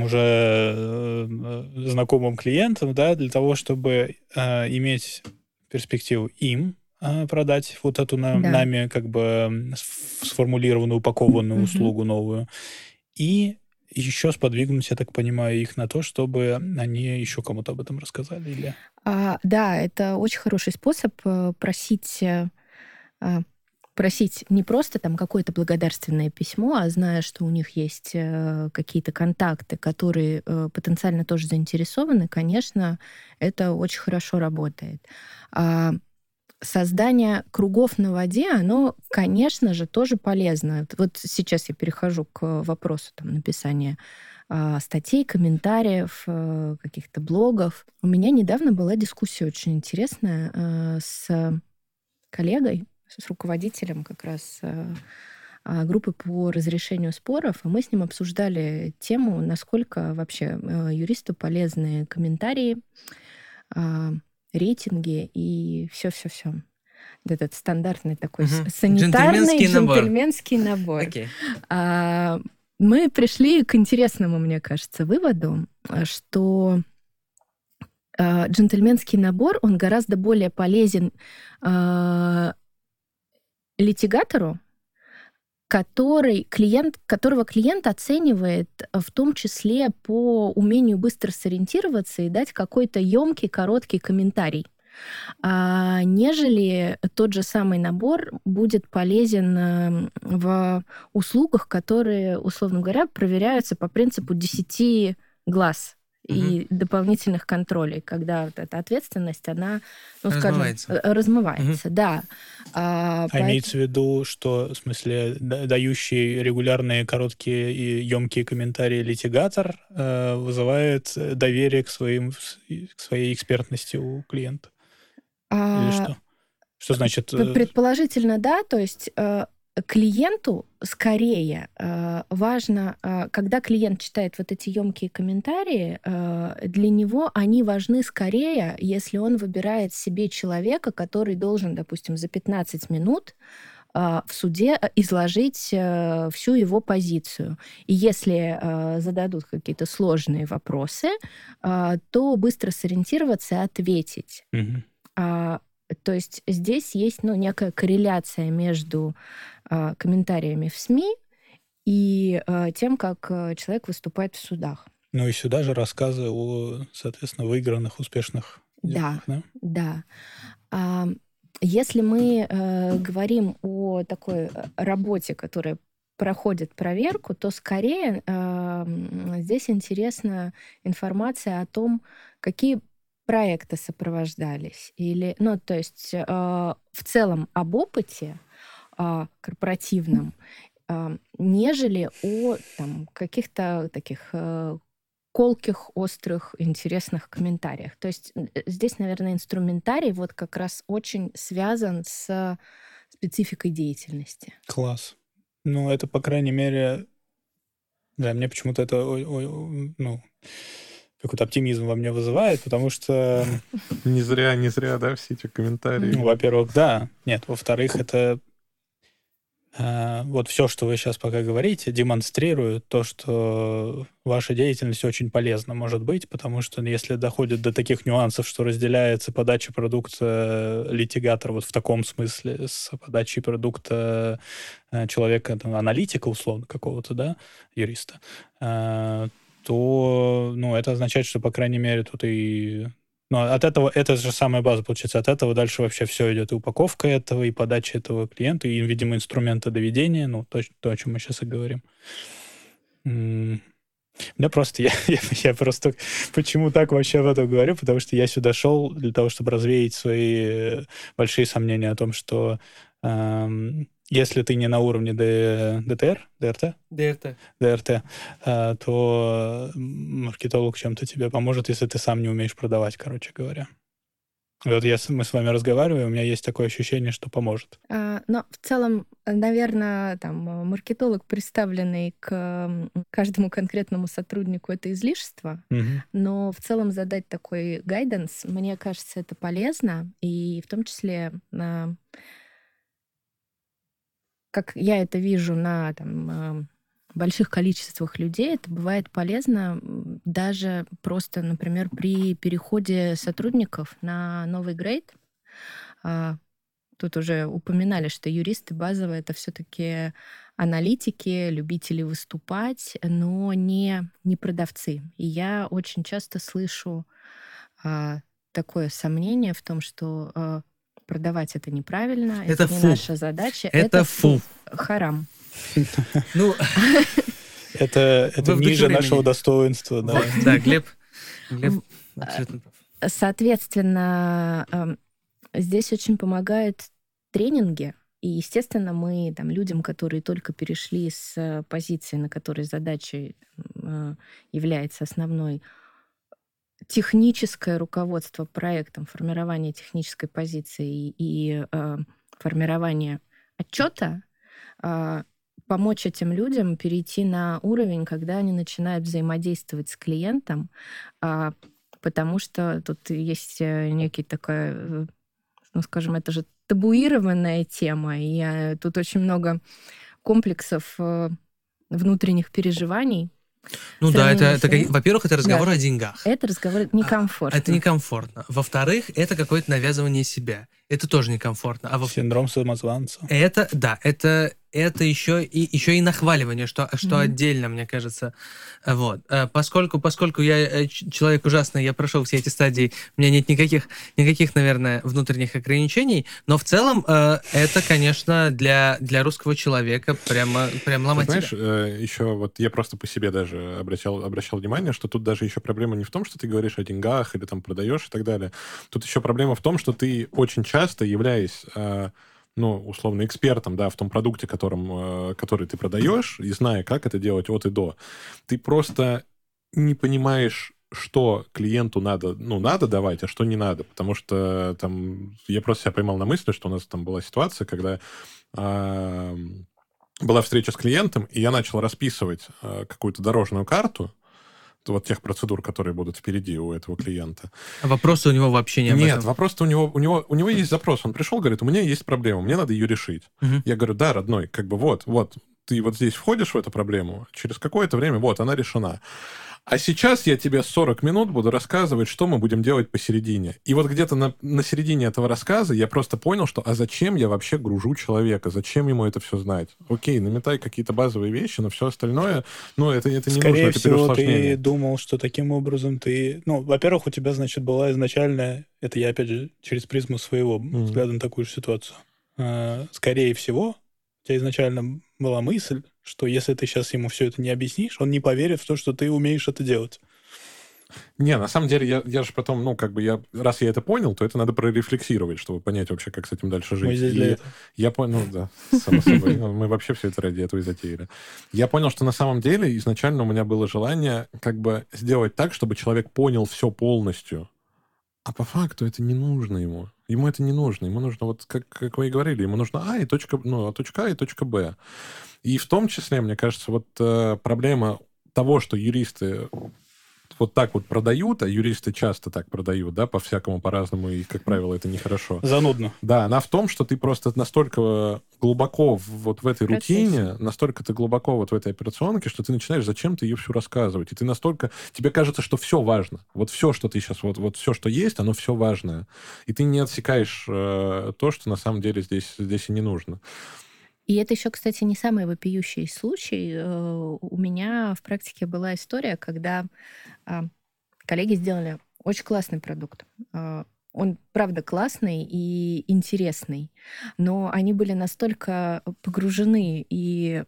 S2: уже знакомым клиентам, да, для того, чтобы иметь перспективу им продать вот эту нами как бы сформулированную, упакованную услугу новую. И еще сподвигнуть, я так понимаю, их на то, чтобы они еще кому-то об этом рассказали? Или...
S4: Да, это очень хороший способ просить не просто там какое-то благодарственное письмо, а зная, что у них есть какие-то контакты, которые потенциально тоже заинтересованы, конечно, это очень хорошо работает. Создание кругов на воде, оно, конечно же, тоже полезно. Вот сейчас я перехожу к вопросу там, написания статей, комментариев, каких-то блогов. У меня недавно была дискуссия очень интересная с коллегой, с руководителем как раз группы по разрешению споров, и мы с ним обсуждали тему, насколько вообще юристу полезны комментарии, рейтинги и все-все-все. Этот стандартный такой санитарный джентльменский набор.
S3: Okay.
S4: Мы пришли к интересному, мне кажется, выводу, что джентльменский набор, он гораздо более полезен литигатору, которого клиент оценивает в том числе по умению быстро сориентироваться и дать какой-то емкий, короткий комментарий, нежели тот же самый набор будет полезен в услугах, которые, условно говоря, проверяются по принципу 10 глаз и дополнительных контролей, когда вот эта ответственность, она, размывается. Да.
S2: Имеется в виду, что, в смысле, дающий регулярные короткие и емкие комментарии литигатор вызывает доверие к своей экспертности у клиента? Или что? Что значит?
S4: Предположительно, да. То есть клиенту скорее важно, когда клиент читает вот эти емкие комментарии, для него они важны скорее, если он выбирает себе человека, который должен, допустим, за 15 минут в суде изложить всю его позицию. И если зададут какие-то сложные вопросы, то быстро сориентироваться и ответить. То есть здесь есть некая корреляция между комментариями в СМИ и тем, как человек выступает в судах.
S2: Ну и сюда же рассказы о, соответственно, выигранных, успешных делах.
S4: Да. Если мы говорим о такой работе, которая проходит проверку, то скорее здесь интересна информация о том, какие проекты сопровождались. Или, то есть в целом об корпоративном, нежели о каких-то таких колких, острых, интересных комментариях. То есть здесь, наверное, инструментарий вот как раз очень связан с спецификой деятельности.
S2: Класс. Это, по крайней мере, да, мне почему-то это, какой-то оптимизм во мне вызывает, потому что...
S1: Не зря, да, все эти комментарии.
S2: Во-первых, да. Нет, во-вторых, это вот все, что вы сейчас пока говорите, демонстрирует то, что ваша деятельность очень полезна может быть, потому что если доходит до таких нюансов, что разделяется подача продукта литигатора вот в таком смысле с подачей продукта человека, аналитика условно какого-то, да, юриста, то, это означает, что, по крайней мере, тут и... от этого, это же самая база, получается, от этого дальше вообще все идет, и упаковка этого, и подача этого клиенту, и, видимо, инструменты доведения, то, о чем мы сейчас и говорим. Я просто почему так вообще об этом говорю, потому что я сюда шел для того, чтобы развеять свои большие сомнения о том, что если ты не на уровне ДРТ, то маркетолог чем-то тебе поможет, если ты сам не умеешь продавать, короче говоря. Вот мы с вами разговариваем, у меня есть такое ощущение, что поможет.
S4: Но в целом, наверное, маркетолог, представленный к каждому конкретному сотруднику, это излишество, но в целом задать такой гайденс, мне кажется, это полезно, и в том числе как я это вижу на больших количествах людей, это бывает полезно даже просто, например, при переходе сотрудников на новый грейд. Тут уже упоминали, что юристы базово это все-таки аналитики, любители выступать, но не продавцы. И я очень часто слышу такое сомнение в том, что продавать это неправильно, это не наша задача.
S3: Это фу.
S4: Харам.
S2: Это ниже нашего достоинства.
S3: Да, Глеб абсолютно прав.
S4: Соответственно, здесь очень помогают тренинги. И, естественно, мы людям, которые только перешли с позиции, на которой задачей является основной, техническое руководство проектом, формирование технической позиции и формирование отчета, помочь этим людям перейти на уровень, когда они начинают взаимодействовать с клиентом, потому что тут есть некий такой, скажем, это же табуированная тема, и тут очень много комплексов внутренних переживаний.
S3: Во-первых, это разговор о деньгах.
S4: Это разговор некомфортно.
S3: Это некомфортно. Во-вторых, это какое-то навязывание себя. это тоже некомфортно.
S2: Синдром самозванца.
S3: Это еще и нахваливание, что отдельно, мне кажется. Вот. Поскольку я человек ужасный, я прошел все эти стадии, у меня нет никаких, наверное, внутренних ограничений, но в целом это, конечно, для русского человека прям ломать.
S1: Знаешь, еще вот я просто по себе даже обращал внимание, что тут даже еще проблема не в том, что ты говоришь о деньгах или там продаешь и так далее. Тут еще проблема в том, что ты очень часто, являясь условно, экспертом, да, в том продукте, который ты продаешь, и зная, как это делать от и до, ты просто не понимаешь, что клиенту надо давать, а что не надо. Потому что там я просто себя поймал на мысли, что у нас там была ситуация, когда была встреча с клиентом, и я начал расписывать какую-то дорожную карту, вот тех процедур, которые будут впереди у этого клиента.
S3: А вопросы у него вообще не об этом?
S1: Нет, вопрос-то у него есть запрос. Он пришел, говорит, у меня есть проблема, мне надо ее решить. Я говорю, да, родной, вот, ты вот здесь входишь в эту проблему, через какое-то время, она решена. А сейчас я тебе 40 минут буду рассказывать, что мы будем делать посередине. И вот где-то на середине этого рассказа я просто понял, что зачем я вообще гружу человека? Зачем ему это все знать? Окей, наметай какие-то базовые вещи, но все остальное, это не нужно,
S2: Скорее
S1: это
S2: всего,
S1: переусложнение.
S2: ты думал, что таким образом ты... во-первых, у тебя, значит, была изначальная... Это я, опять же, через призму своего взгляда на такую же ситуацию. Скорее всего, у тебя изначально была мысль, что если ты сейчас ему все это не объяснишь, он не поверит в то, что ты умеешь это делать.
S1: Не, на самом деле, я же потом, раз я это понял, то это надо прорефлексировать, чтобы понять вообще, как с этим дальше жить.
S2: Мы здесь для этого.
S1: Я понял, да, само собой. Мы вообще все это ради этого и затеяли. Я понял, что на самом деле изначально у меня было желание сделать так, чтобы человек понял все полностью. А по факту это не нужно ему. Ему это не нужно. Ему нужно, как вы и говорили, ему нужно точка А и точка Б. И в том числе, мне кажется, проблема того, что юристы вот так вот продают, а юристы часто так продают, да, по-всякому, по-разному, и, как правило, это нехорошо.
S2: Занудно.
S1: Да, она в том, что ты просто настолько глубоко в этой рутине, настолько ты глубоко в этой операционке, что ты начинаешь зачем-то ее всю рассказывать. И ты настолько... Тебе кажется, что все важно. Вот все, что ты сейчас... Вот все, что есть, оно все важное. И ты не отсекаешь то, что на самом деле здесь и не нужно.
S4: И это еще, кстати, не самый вопиющий случай. У меня в практике была история, когда коллеги сделали очень классный продукт. Он, правда, классный и интересный, но они были настолько погружены и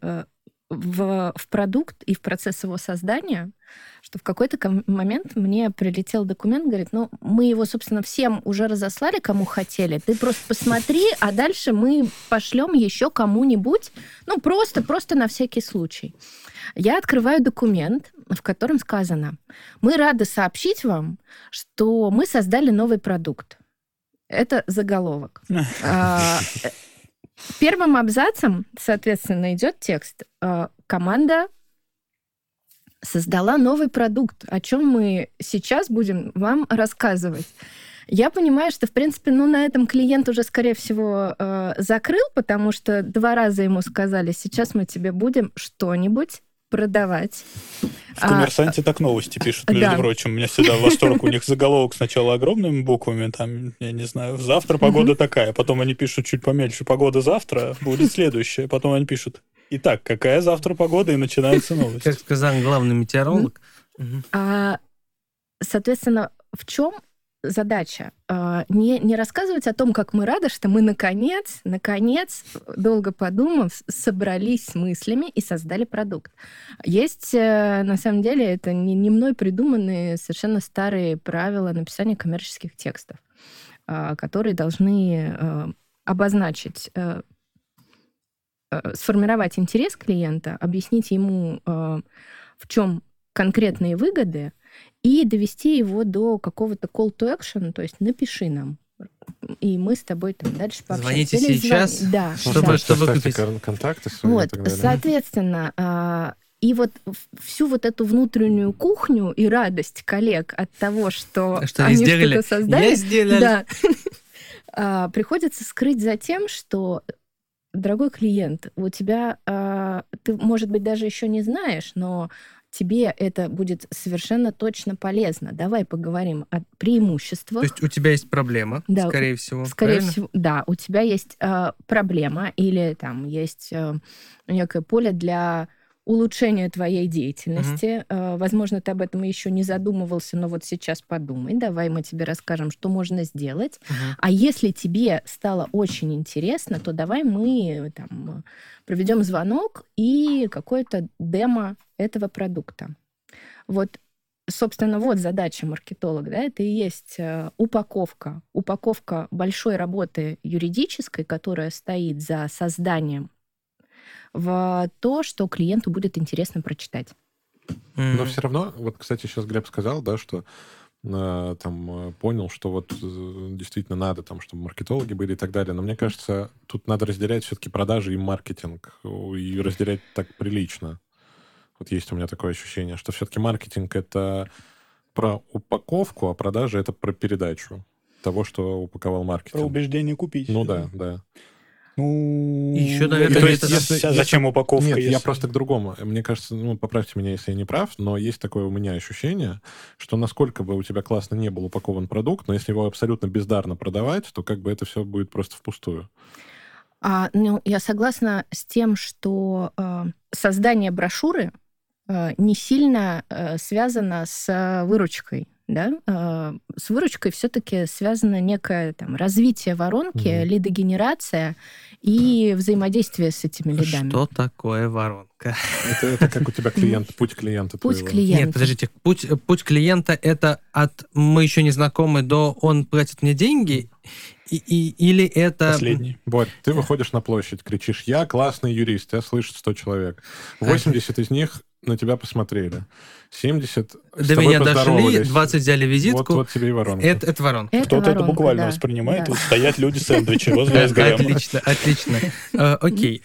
S4: в продукт, и в процесс его создания, что в какой-то момент мне прилетел документ, говорит, мы его, собственно, всем уже разослали, кому хотели, ты просто посмотри, а дальше мы пошлем еще кому-нибудь, просто на всякий случай. Я открываю документ, в котором сказано, мы рады сообщить вам, что мы создали новый продукт. Это заголовок. Первым абзацем, соответственно, идет текст. Команда создала новый продукт, о чем мы сейчас будем вам рассказывать. Я понимаю, что, в принципе, на этом клиент уже, скорее всего, закрыл, потому что 2 раза ему сказали, сейчас мы тебе будем что-нибудь продавать.
S2: В «Коммерсанте» так новости пишут, между прочим. У меня всегда восторг. У них заголовок сначала огромными буквами, там, я не знаю, завтра погода такая. Потом они пишут чуть помельче, погода завтра, будет следующая. Потом они пишут, итак, какая завтра погода, и начинается новость.
S3: Как сказал главный метеоролог.
S4: Соответственно, в чем задача? Не рассказывать о том, как мы рады, что мы наконец, долго подумав, собрались с мыслями и создали продукт. Есть, на самом деле, это не мной придуманные совершенно старые правила написания коммерческих текстов, которые должны обозначить, сформировать интерес клиента, объяснить ему, в чем конкретные выгоды, и довести его до какого-то call to action, то есть напиши нам, и мы с тобой там дальше пообщаемся.
S3: Звоните сейчас,
S1: чтобы купить контакты свои и так далее.
S4: Соответственно, и всю эту внутреннюю кухню и радость коллег от того, что они что-то создали, приходится скрыть за тем, что дорогой клиент, у тебя, ты, может быть, даже еще не знаешь, но тебе это будет совершенно точно полезно. Давай поговорим о преимуществах.
S3: То есть у тебя есть проблема, да, скорее всего.
S4: Скорее всего, да, у тебя есть проблема или там есть некое поле для улучшения твоей деятельности. Возможно, ты об этом еще не задумывался, но вот сейчас подумай. Давай мы тебе расскажем, что можно сделать. А если тебе стало очень интересно, то давай мы там проведем звонок и какое-то демо этого продукта. Вот, собственно, вот задача маркетолога, да, это и есть упаковка большой работы юридической, которая стоит за созданием в то, что клиенту будет интересно прочитать.
S1: Но все равно, вот, кстати, сейчас Глеб сказал, да, что там понял, что вот действительно надо, там, чтобы маркетологи были и так далее. Но мне кажется, тут надо разделять все-таки продажи и маркетинг, и разделять так прилично. Вот есть у меня такое ощущение, что все-таки маркетинг — это про упаковку, а продажи — это про передачу того, что упаковал маркетинг.
S2: Про убеждение купить.
S1: Ну да, да.
S2: Ну,
S3: еще, наверное,
S2: то есть, зачем упаковка?
S1: Нет, я просто к другому. Мне кажется, ну, поправьте меня, если я не прав, но есть такое у меня ощущение, что насколько бы у тебя классно не был упакован продукт, но если его абсолютно бездарно продавать, то как бы это все будет просто впустую.
S4: Ну, я согласна с тем, что создание брошюры не сильно связано с выручкой. Да? С выручкой все-таки связано некое там развитие воронки, лидогенерация и взаимодействие с этими лидами.
S3: Что такое воронка?
S1: Это как у тебя клиент, путь клиента.
S4: Путь клиента.
S3: Нет, подождите, путь клиента — это от «мы еще не знакомы» до «он платит мне деньги», или это...
S2: Последний.
S1: Вот, ты выходишь на площадь, кричишь: «Я классный юрист», тебя слышит 100 человек. 80 из них на тебя посмотрели. 70
S3: до меня дошли, 20 взяли визитку.
S1: Вот тебе и воронка.
S3: Это воронка.
S2: Кто-то это буквально воспринимает. Вот стоят люди сэндвичи возле СГМ.
S3: Отлично. Окей.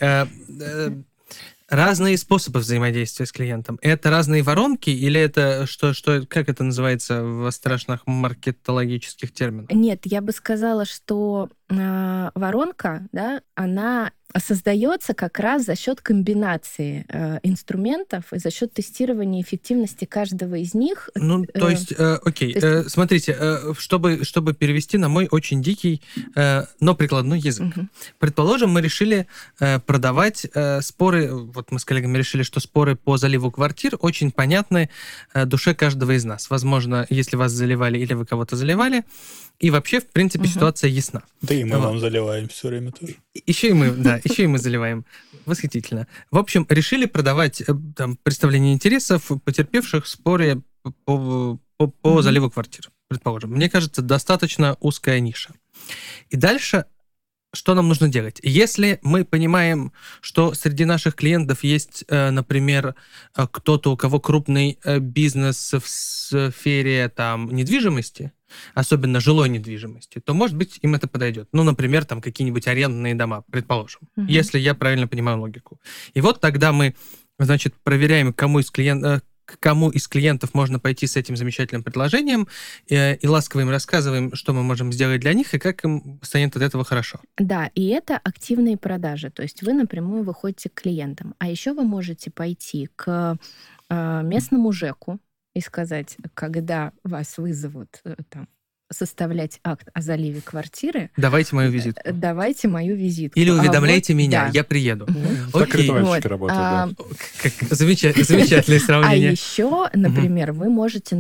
S3: Разные способы взаимодействия с клиентом. Это разные воронки или это как это называется в страшных маркетологических терминах?
S4: Нет, я бы сказала, что воронка, да, она создается как раз за счет комбинации инструментов и за счет тестирования эффективности каждого из них.
S3: Ну, то есть, окей, смотрите, чтобы перевести на мой очень дикий, но прикладной язык. Предположим, мы решили продавать споры, вот мы с коллегами решили, что споры по заливу квартир очень понятны душе каждого из нас. Возможно, если вас заливали или вы кого-то заливали, и вообще, в принципе, ситуация ясна.
S2: Да и мы вам заливаем все время тоже.
S3: Еще и мы заливаем. Восхитительно. В общем, решили продавать там представление интересов потерпевших в споре по заливу квартир, предположим. Мне кажется, достаточно узкая ниша. И дальше что нам нужно делать? Если мы понимаем, что среди наших клиентов есть, например, кто-то, у кого крупный бизнес в сфере там недвижимости, особенно жилой недвижимости, то, может быть, им это подойдет. Ну, например, там какие-нибудь арендные дома, предположим, если я правильно понимаю логику. И вот тогда мы, значит, проверяем, к кому из клиентов можно пойти с этим замечательным предложением, и ласково им рассказываем, что мы можем сделать для них, и как им станет от этого хорошо.
S4: Да, и это активные продажи, то есть вы напрямую выходите к клиентам. А еще вы можете пойти к местному ЖЭКу и сказать, когда вас вызовут там составлять акт о заливе квартиры.
S3: Давайте мою визитку.
S4: Давайте мою визитку.
S3: Или уведомляйте меня, да. Я приеду.
S1: Так ритуальщики работают.
S3: Замечательное сравнение.
S4: А еще, например, вы можете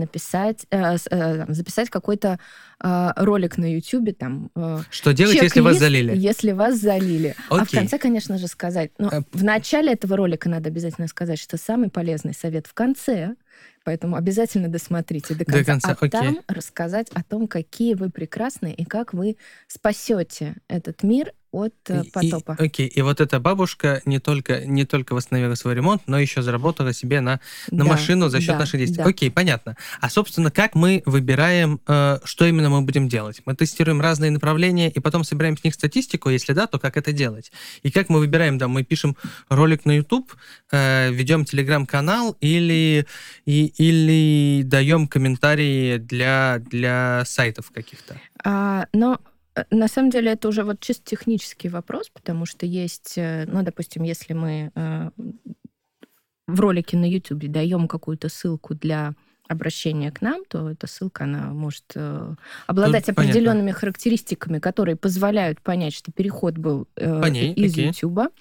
S4: записать какой-то ролик на YouTube.
S3: Что делать, если вас залили?
S4: Если вас залили. А в конце, конечно же, сказать... В начале этого ролика надо обязательно сказать, что самый полезный совет в конце. Поэтому обязательно досмотрите до конца. Там рассказать о том, какие вы прекрасные и как вы спасете этот мир от потопа.
S3: Окей. И вот эта бабушка не только восстановила свой ремонт, но еще заработала себе на машину за счет наших действий. Да. Окей, понятно. А, собственно, как мы выбираем, что именно мы будем делать? Мы тестируем разные направления и потом собираем с них статистику. Если да, то как это делать? И как мы выбираем? Да, мы пишем ролик на YouTube, ведем телеграм-канал или даем комментарии для сайтов каких-то?
S4: Но на самом деле это уже вот чисто технический вопрос, потому что есть, ну, допустим, если мы в ролике на YouTube даем какую-то ссылку для обращения к нам, то эта ссылка, она может обладать определенными характеристиками, которые позволяют понять, что переход был из YouTube.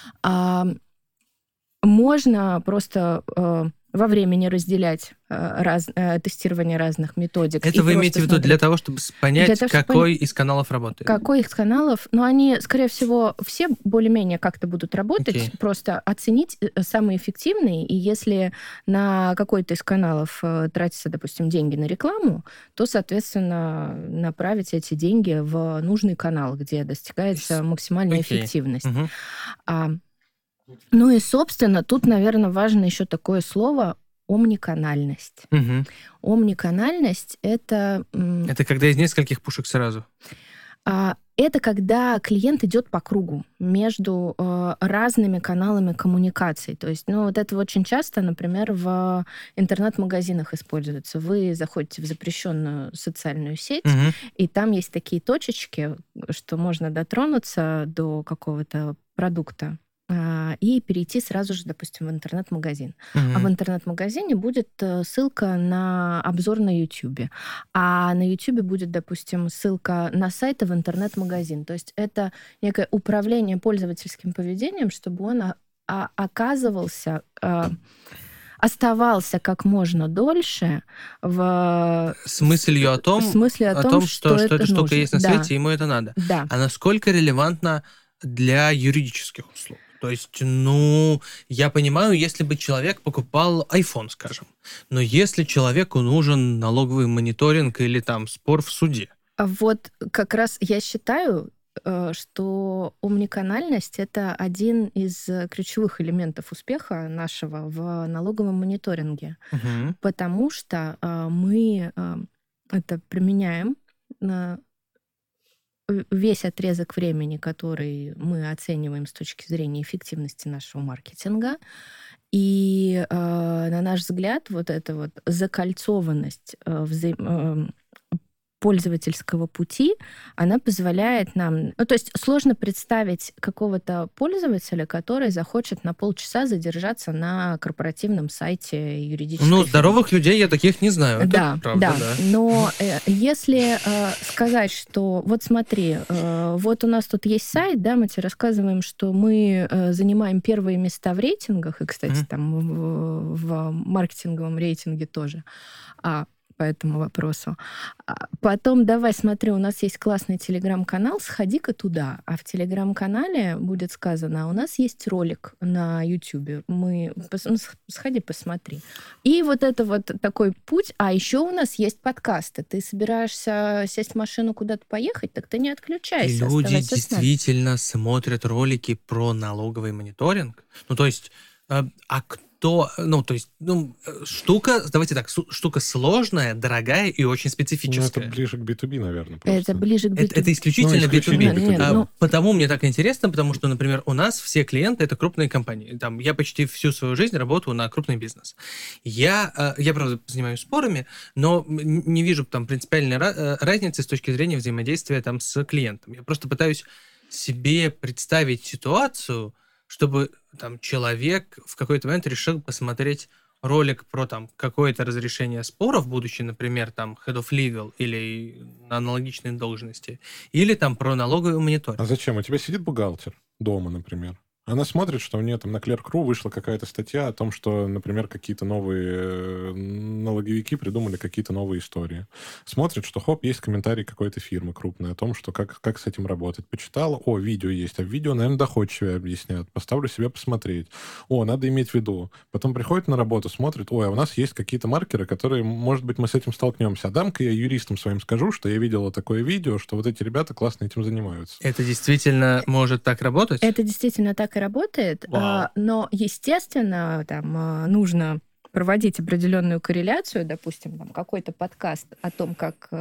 S4: Можно просто во времени разделять тестирование разных методик.
S3: Это вы имеете в виду для того, чтобы понять, какой из каналов работает?
S4: Какой из каналов? Ну, они, скорее всего, все более-менее как-то будут работать. Просто оценить самые эффективные. И если на какой-то из каналов тратятся, допустим, деньги на рекламу, то, соответственно, направить эти деньги в нужный канал, где достигается максимальная эффективность. Ну и, собственно, тут, наверное, важно еще такое слово омниканальность. Омниканальность — это...
S3: Это когда из нескольких пушек сразу?
S4: Это когда клиент идет по кругу между разными каналами коммуникаций. То есть, ну, вот это очень часто, например, в интернет-магазинах используется. Вы заходите в запрещенную социальную сеть, и там есть такие точечки, что можно дотронуться до какого-то продукта и перейти сразу же, допустим, в интернет-магазин. А в интернет-магазине будет ссылка на обзор на YouTube. А на YouTube будет, допустим, ссылка на сайт в интернет-магазин. То есть это некое управление пользовательским поведением, чтобы он оставался как можно дольше
S3: с мыслью о том, что эта штука есть на свете, ему это надо.
S4: Да.
S3: А насколько релевантно для юридических услуг? То есть, ну, я понимаю, если бы человек покупал iPhone, скажем, но если человеку нужен налоговый мониторинг или там спор в суде.
S4: Вот как раз я считаю, что омниканальность — это один из ключевых элементов успеха нашего в налоговом мониторинге, потому что мы это применяем на весь отрезок времени, который мы оцениваем с точки зрения эффективности нашего маркетинга. И, на наш взгляд, вот эта вот закольцованность пользовательского пути, она позволяет нам... Ну, то есть сложно представить какого-то пользователя, который захочет на полчаса задержаться на корпоративном сайте юридической фирмы.
S3: Здоровых людей я таких не знаю.
S4: Да,
S3: это правда, да.
S4: Но если сказать, что вот смотри, вот у нас тут есть сайт, да, мы тебе рассказываем, что мы занимаем первые места в рейтингах, и, кстати, там в маркетинговом рейтинге тоже, по этому вопросу. Потом давай, смотри, у нас есть классный телеграм-канал, сходи-ка туда. А в телеграм-канале будет сказано, у нас есть ролик на YouTube, сходи, посмотри. И вот это вот такой путь. А еще у нас есть подкасты. Ты собираешься сесть в машину куда-то поехать, так ты не отключайся.
S3: И люди действительно смотрят ролики про налоговый мониторинг. Ну, то есть, штука, давайте так, штука сложная, дорогая и очень специфическая.
S1: Это ближе к B2B, наверное. Просто.
S4: Это ближе к B2B.
S3: Это исключительно B2B. Потому мне так интересно, потому что, например, у нас все клиенты — это крупные компании. Там, я почти всю свою жизнь работаю на крупный бизнес. Я, правда, занимаюсь спорами, но не вижу там принципиальной разницы с точки зрения взаимодействия там с клиентом. Я просто пытаюсь себе представить ситуацию, чтобы там человек в какой-то момент решил посмотреть ролик про там какое-то разрешение споров, будучи, например, там Head of Legal или на аналогичной должности, или там про налоговый мониторинг.
S1: А зачем? У тебя сидит бухгалтер дома, например. Она смотрит, что у нее там на Clerk.ru вышла какая-то статья о том, что, например, какие-то новые налоговики придумали какие-то новые истории. Смотрит, что, хоп, есть комментарий какой-то фирмы крупной о том, что как с этим работать. Почитала, видео есть, а в видео, наверное, доходчивее объясняют. Поставлю себе посмотреть. Надо иметь в виду. Потом приходит на работу, смотрит, а у нас есть какие-то маркеры, которые, может быть, мы с этим столкнемся. А дам-ка я юристам своим скажу, что я видела такое видео, что вот эти ребята классно этим занимаются.
S3: Это действительно может так работать?
S4: Это действительно так и работает, но, естественно, там нужно проводить определенную корреляцию, допустим, там какой-то подкаст о том, как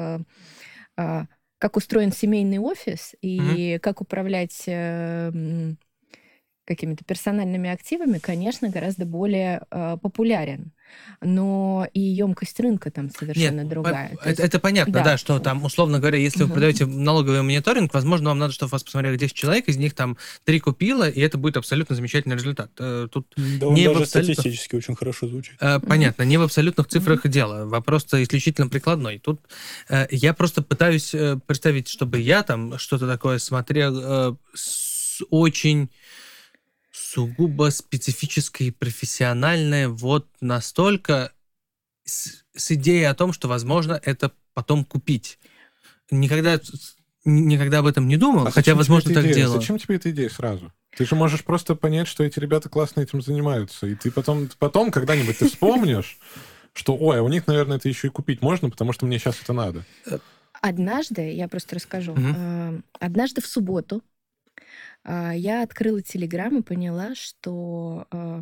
S4: устроен семейный офис и как управлять какими-то персональными активами, конечно, гораздо более популярен. Но и емкость рынка там совершенно другая.
S3: Это понятно, да, что там, условно говоря, если вы продаете налоговый мониторинг, возможно, вам надо, чтобы вас посмотрели 10 человек, из них там 3 купило, и это будет абсолютно замечательный результат. Тут
S2: да, он даже статистически очень хорошо звучит.
S3: Понятно, не в абсолютных цифрах дело, а просто исключительно прикладной. Тут я просто пытаюсь представить, чтобы я там что-то такое смотрел с очень сугубо специфическое и профессиональное, вот настолько с идеей о том, что, возможно, это потом купить. Никогда об этом не думал, хотя, возможно, так делал.
S1: Зачем тебе эта идея сразу? Ты же можешь просто понять, что эти ребята классно этим занимаются, и ты потом когда-нибудь ты вспомнишь, что, ой, а у них, наверное, это еще и купить можно, потому что мне сейчас это надо.
S4: Однажды, я просто расскажу, однажды в субботу я открыла Телеграм и поняла, что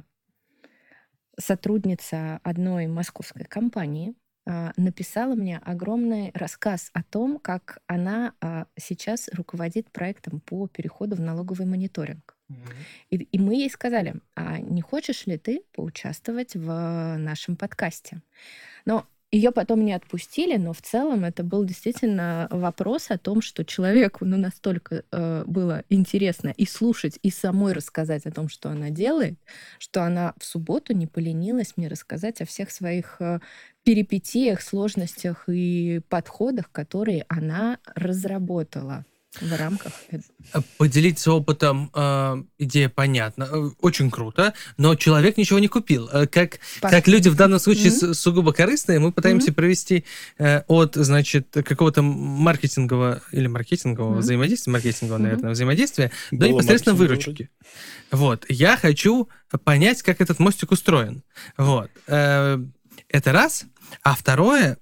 S4: сотрудница одной московской компании написала мне огромный рассказ о том, как она сейчас руководит проектом по переходу в налоговый мониторинг. И мы ей сказали, а не хочешь ли ты поучаствовать в нашем подкасте? Но ее потом не отпустили, но в целом это был действительно вопрос о том, что человеку настолько было интересно и слушать, и самой рассказать о том, что она делает, что она в субботу не поленилась мне рассказать о всех своих перипетиях, сложностях и подходах, которые она разработала в рамках.
S3: Поделиться опытом, идея понятна, очень круто, но человек ничего не купил. Как люди в данном случае сугубо корыстные, мы пытаемся провести от, значит, какого-то маркетингового взаимодействия, наверное, взаимодействия до непосредственно выручки. Вот. Я хочу понять, как этот мостик устроен. Вот. Это раз. А второе...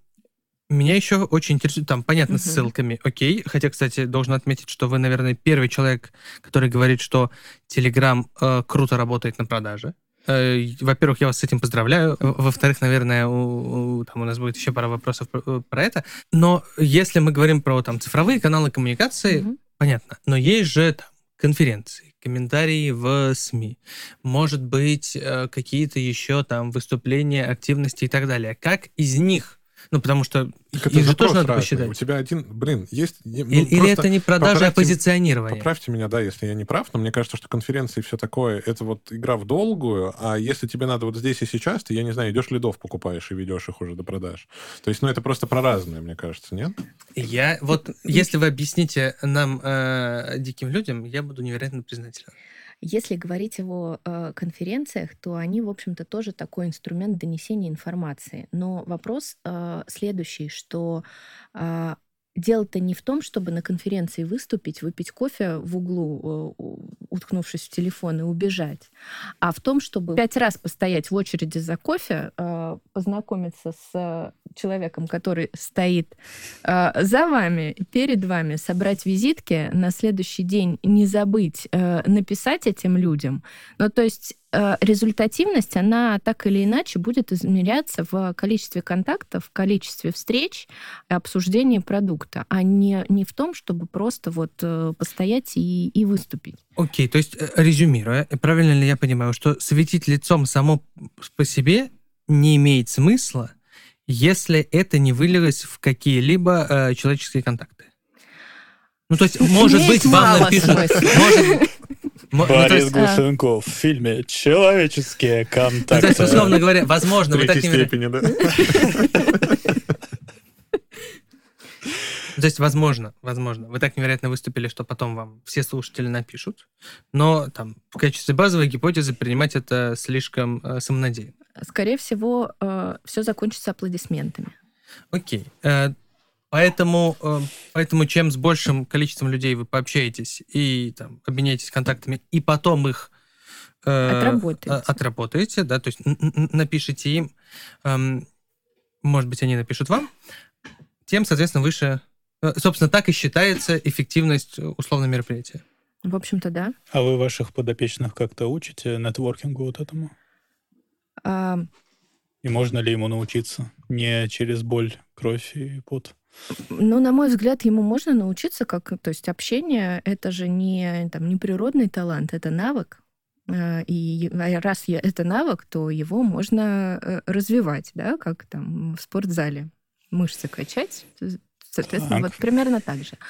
S3: Меня еще очень интересует, там, понятно, с ссылками, окей. Хотя, кстати, должен отметить, что вы, наверное, первый человек, который говорит, что Telegram круто работает на продаже. Во-первых, я вас с этим поздравляю. Во-вторых, наверное, у нас будет еще пара вопросов про это. Но если мы говорим про там, цифровые каналы коммуникации, понятно. Но есть же там, конференции, комментарии в СМИ, может быть, какие-то еще там выступления, активности и так далее. Как из них? Ну, потому что их же тоже надо посчитать.
S1: У тебя есть...
S3: Или это не продажа, а позиционирование?
S1: Поправьте меня, да, если я не прав, но мне кажется, что конференции и все такое, это вот игра в долгую, а если тебе надо вот здесь и сейчас, ты, я не знаю, идешь лидов покупаешь и ведешь их уже до продаж. То есть, это просто про разное, мне кажется, нет?
S3: Если вы объясните нам, диким людям, я буду невероятно признателен.
S4: Если говорить о конференциях, то они, в общем-то, тоже такой инструмент донесения информации. Но вопрос следующий, что дело-то не в том, чтобы на конференции выступить, выпить кофе в углу, уткнувшись в телефон, и убежать, а в том, чтобы 5 раз постоять в очереди за кофе, познакомиться с человеком, который стоит за вами, перед вами, собрать визитки, на следующий день не забыть написать этим людям. Ну, то есть результативность, она так или иначе будет измеряться в количестве контактов, в количестве встреч, обсуждении продукта, а не в том, чтобы просто вот постоять и выступить.
S3: Окей, то есть, резюмируя, правильно ли я понимаю, что светить лицом само по себе не имеет смысла, если это не вылилось в какие-либо человеческие контакты? Ну, то есть, может быть, вам напишут...
S2: Борис Глушенков в фильме «Человеческие контакты».
S3: Ну, то есть, условно говоря, возможно...
S1: В третьей степени, да.
S3: То есть, возможно, вы так невероятно выступили, что потом вам все слушатели напишут, но там в качестве базовой гипотезы принимать это слишком самонадеянно.
S4: Скорее всего, все закончится аплодисментами.
S3: Окей. Поэтому чем с большим количеством людей вы пообщаетесь и там, обменяетесь контактами, и потом их отработаете, да, то есть напишите им, может быть, они напишут вам, тем, соответственно, выше... Собственно, так и считается эффективность условного мероприятия.
S4: В общем-то, да.
S2: А вы ваших подопечных как-то учите нетворкингу вот этому? И можно ли ему научиться? Не через боль, кровь и пот?
S4: Ну, на мой взгляд, ему можно научиться, то есть общение — это же не природный талант, это навык. И раз это навык, то его можно развивать, да, как там в спортзале. Мышцы качать, соответственно, вот примерно так же.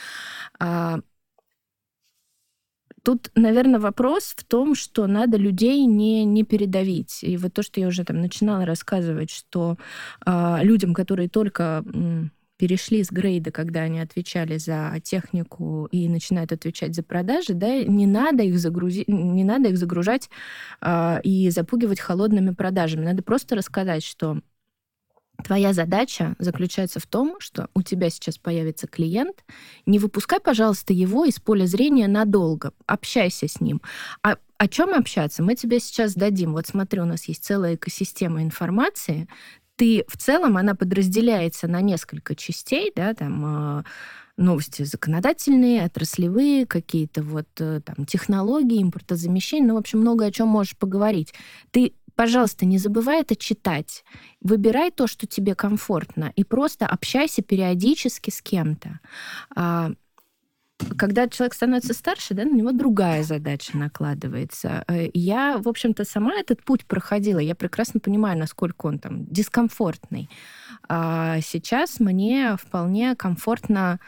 S4: Тут, наверное, вопрос в том, что надо людей не передавить. И вот то, что я уже там начинала рассказывать, что людям, которые только перешли с грейда, когда они отвечали за технику и начинают отвечать за продажи, да, не надо их загружать и запугивать холодными продажами. Надо просто рассказать, что твоя задача заключается в том, что у тебя сейчас появится клиент. Не выпускай, пожалуйста, его из поля зрения надолго. Общайся с ним. О чем общаться? Мы тебе сейчас дадим. Вот смотри, у нас есть целая экосистема информации. В целом, она подразделяется на несколько частей, да, там новости законодательные, отраслевые, какие-то вот там технологии, импортозамещение, в общем, много о чем можешь поговорить. Ты, пожалуйста, не забывай это читать. Выбирай то, что тебе комфортно, и просто общайся периодически с кем-то. Когда человек становится старше, да, на него другая задача накладывается. Я, в общем-то, сама этот путь проходила. Я прекрасно понимаю, насколько он там дискомфортный. Сейчас мне вполне комфортно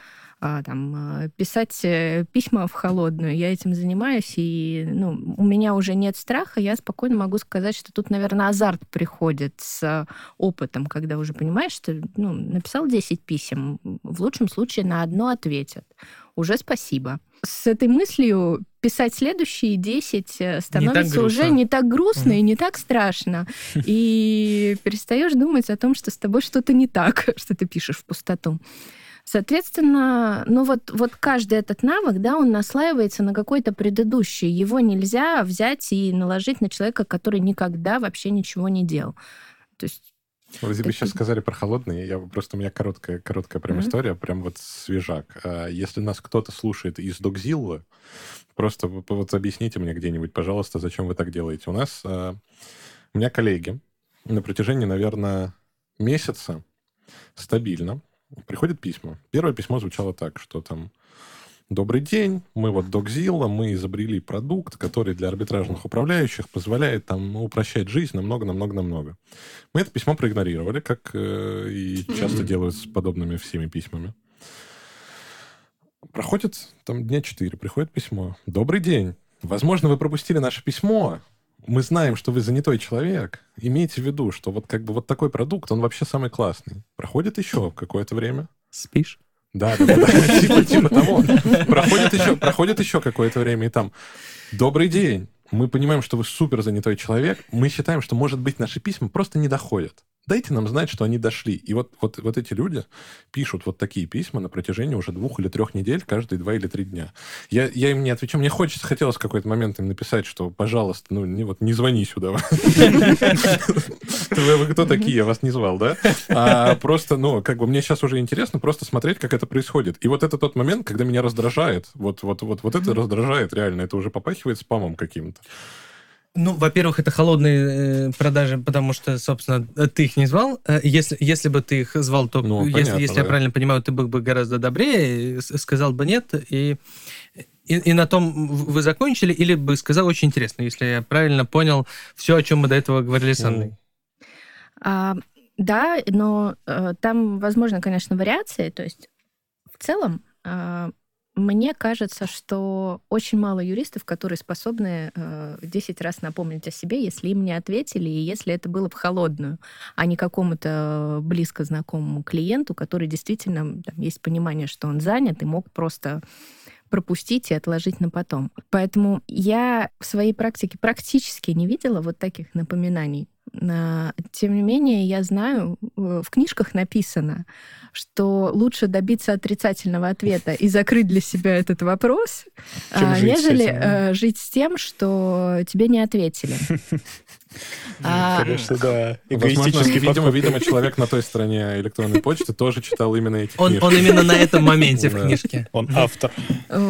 S4: писать письма в холодную. Я этим занимаюсь, и у меня уже нет страха. Я спокойно могу сказать, что тут, наверное, азарт приходит с опытом, когда уже понимаешь, что написал 10 писем, в лучшем случае на одно ответят. Уже спасибо. С этой мыслью писать следующие 10 становится уже не так грустно и не так страшно. И перестаешь думать о том, что с тобой что-то не так, что ты пишешь в пустоту. Соответственно, вот каждый этот навык, да, он наслаивается на какой-то предыдущий. Его нельзя взять и наложить на человека, который никогда вообще ничего не делал. То есть
S1: вы сейчас сказали про холодные, у меня короткая прям история, прям вот свежак. Если нас кто-то слушает из Докзиллы, просто вот объясните мне где-нибудь, пожалуйста, зачем вы так делаете. У меня коллеги на протяжении, наверное, месяца стабильно приходят письма. Первое письмо звучало так, что там: «Добрый день, мы вот Докзилла, мы изобрели продукт, который для арбитражных управляющих позволяет там упрощать жизнь намного. Мы это письмо проигнорировали, как и часто делают с подобными всеми письмами. Проходит там дня 4, приходит письмо: «Добрый день, возможно, вы пропустили наше письмо. Мы знаем, что вы занятой человек. Имейте в виду, что вот такой продукт, он вообще самый классный». Проходит еще какое-то время.
S3: Спишь?
S1: Да. Типа того. Проходит еще какое-то время, и там: «Добрый день. Мы понимаем, что вы супер занятой человек. Мы считаем, что, может быть, наши письма просто не доходят. Дайте нам знать, что они дошли». И вот эти люди пишут вот такие письма на протяжении уже 2 или 3 недель, каждые 2 или 3 дня. Я им не отвечаю. Мне хотелось в какой-то момент им написать, что, пожалуйста, не звони сюда. Вы кто такие? Я вас не звал, да? А просто, мне сейчас уже интересно просто смотреть, как это происходит. И вот это тот момент, когда меня раздражает. Вот это раздражает реально. Это уже попахивает спамом каким-то.
S3: Во-первых, это холодные продажи, потому что, собственно, ты их не звал. Если бы ты их звал, то, понятно, если я правильно понимаю, ты был бы гораздо добрее, сказал бы нет, и на том вы закончили, или бы сказал: очень интересно, если я правильно понял все, о чем мы до этого говорили с Анной.
S4: Да, но там, возможно, конечно, вариации. То есть в целом мне кажется, что очень мало юристов, которые способны 10 раз напомнить о себе, если им не ответили, и если это было в холодную, а не какому-то близко знакомому клиенту, который действительно, там, есть понимание, что он занят, и мог просто пропустить и отложить на потом. Поэтому я в своей практике практически не видела вот таких напоминаний. Тем не менее, я знаю, в книжках написано, что лучше добиться отрицательного ответа и закрыть для себя этот вопрос, нежели жить с тем, что тебе не ответили.
S2: Конечно, да.
S1: Видимо, человек на той стороне электронной почты тоже читал именно эти книжки.
S3: Он именно на этом моменте в книжке.
S2: Он автор.
S4: Вот.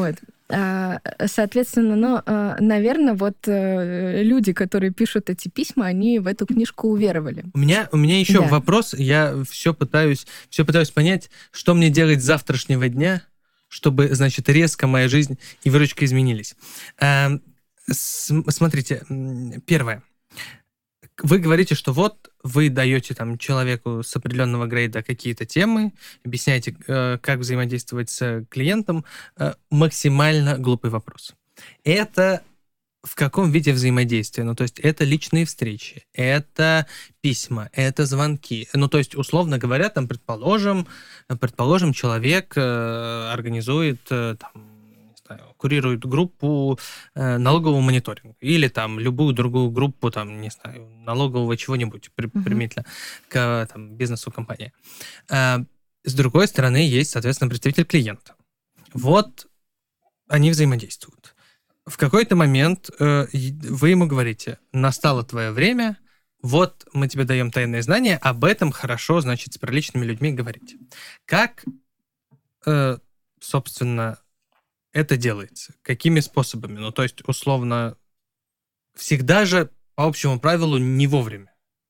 S4: Соответственно, наверное, вот люди, которые пишут эти письма, они в эту книжку уверовали.
S3: У меня еще вопрос. Я все пытаюсь понять, что мне делать с завтрашнего дня, чтобы, значит, резко моя жизнь и выручка изменились. Смотрите, первое. Вы говорите, что вот вы даете там человеку с определенного грейда какие-то темы, объясняете, как взаимодействовать с клиентом. Максимально глупый вопрос. Это в каком виде взаимодействия? Ну, то есть это личные встречи, это письма, это звонки. Ну, то есть, условно говоря, там, предположим, человек организует курирует группу налогового мониторинга или там любую другую группу, там, не знаю, налогового чего-нибудь применительно к бизнесу компании. С другой стороны, есть, соответственно, представитель клиента. Вот они взаимодействуют. В какой-то момент вы ему говорите: настало твое время, вот мы тебе даем тайные знания, об этом хорошо, значит, с приличными людьми говорить. Как, собственно, это делается? Какими способами? Ну, то есть, условно, всегда же, по общему правилу, не вовремя.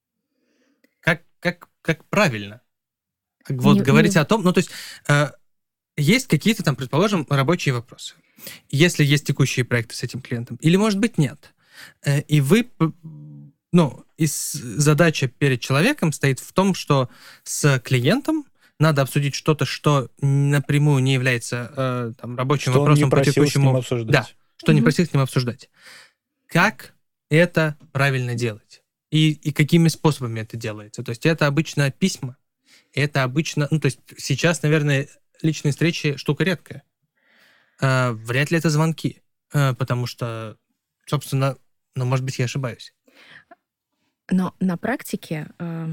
S3: Как правильно? Вот говорить о том... Ну, то есть, есть какие-то там, предположим, рабочие вопросы. Если есть текущие проекты с этим клиентом. Или, может быть, нет. И вы... Ну, задача перед человеком стоит в том, что с клиентом надо обсудить что-то, что напрямую не является рабочим вопросом по текущему... Да, что не просил с ним обсуждать. Как это правильно делать? И какими способами это делается? То есть это обычно письма, это обычно... Ну, то есть сейчас, наверное, личные встречи штука редкая. Вряд ли это звонки, потому что, собственно, может быть, я ошибаюсь.
S4: Но на практике...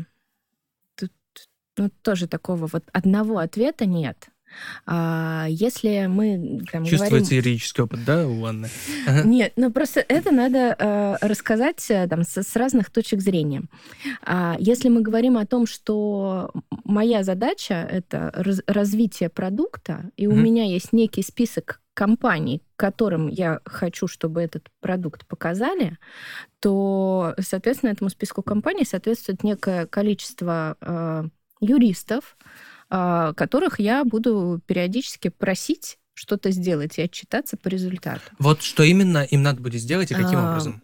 S4: тоже такого вот одного ответа нет. Если мы
S3: Чувствуется юридический опыт, да, у Анны?
S4: Нет, просто это надо рассказать с разных точек зрения. Если мы говорим о том, что моя задача — это развитие продукта, и у меня есть некий список компаний, которым я хочу, чтобы этот продукт показали, то, соответственно, этому списку компаний соответствует некое количество юристов, которых я буду периодически просить что-то сделать и отчитаться по результату.
S3: Вот что именно им надо будет сделать и каким образом?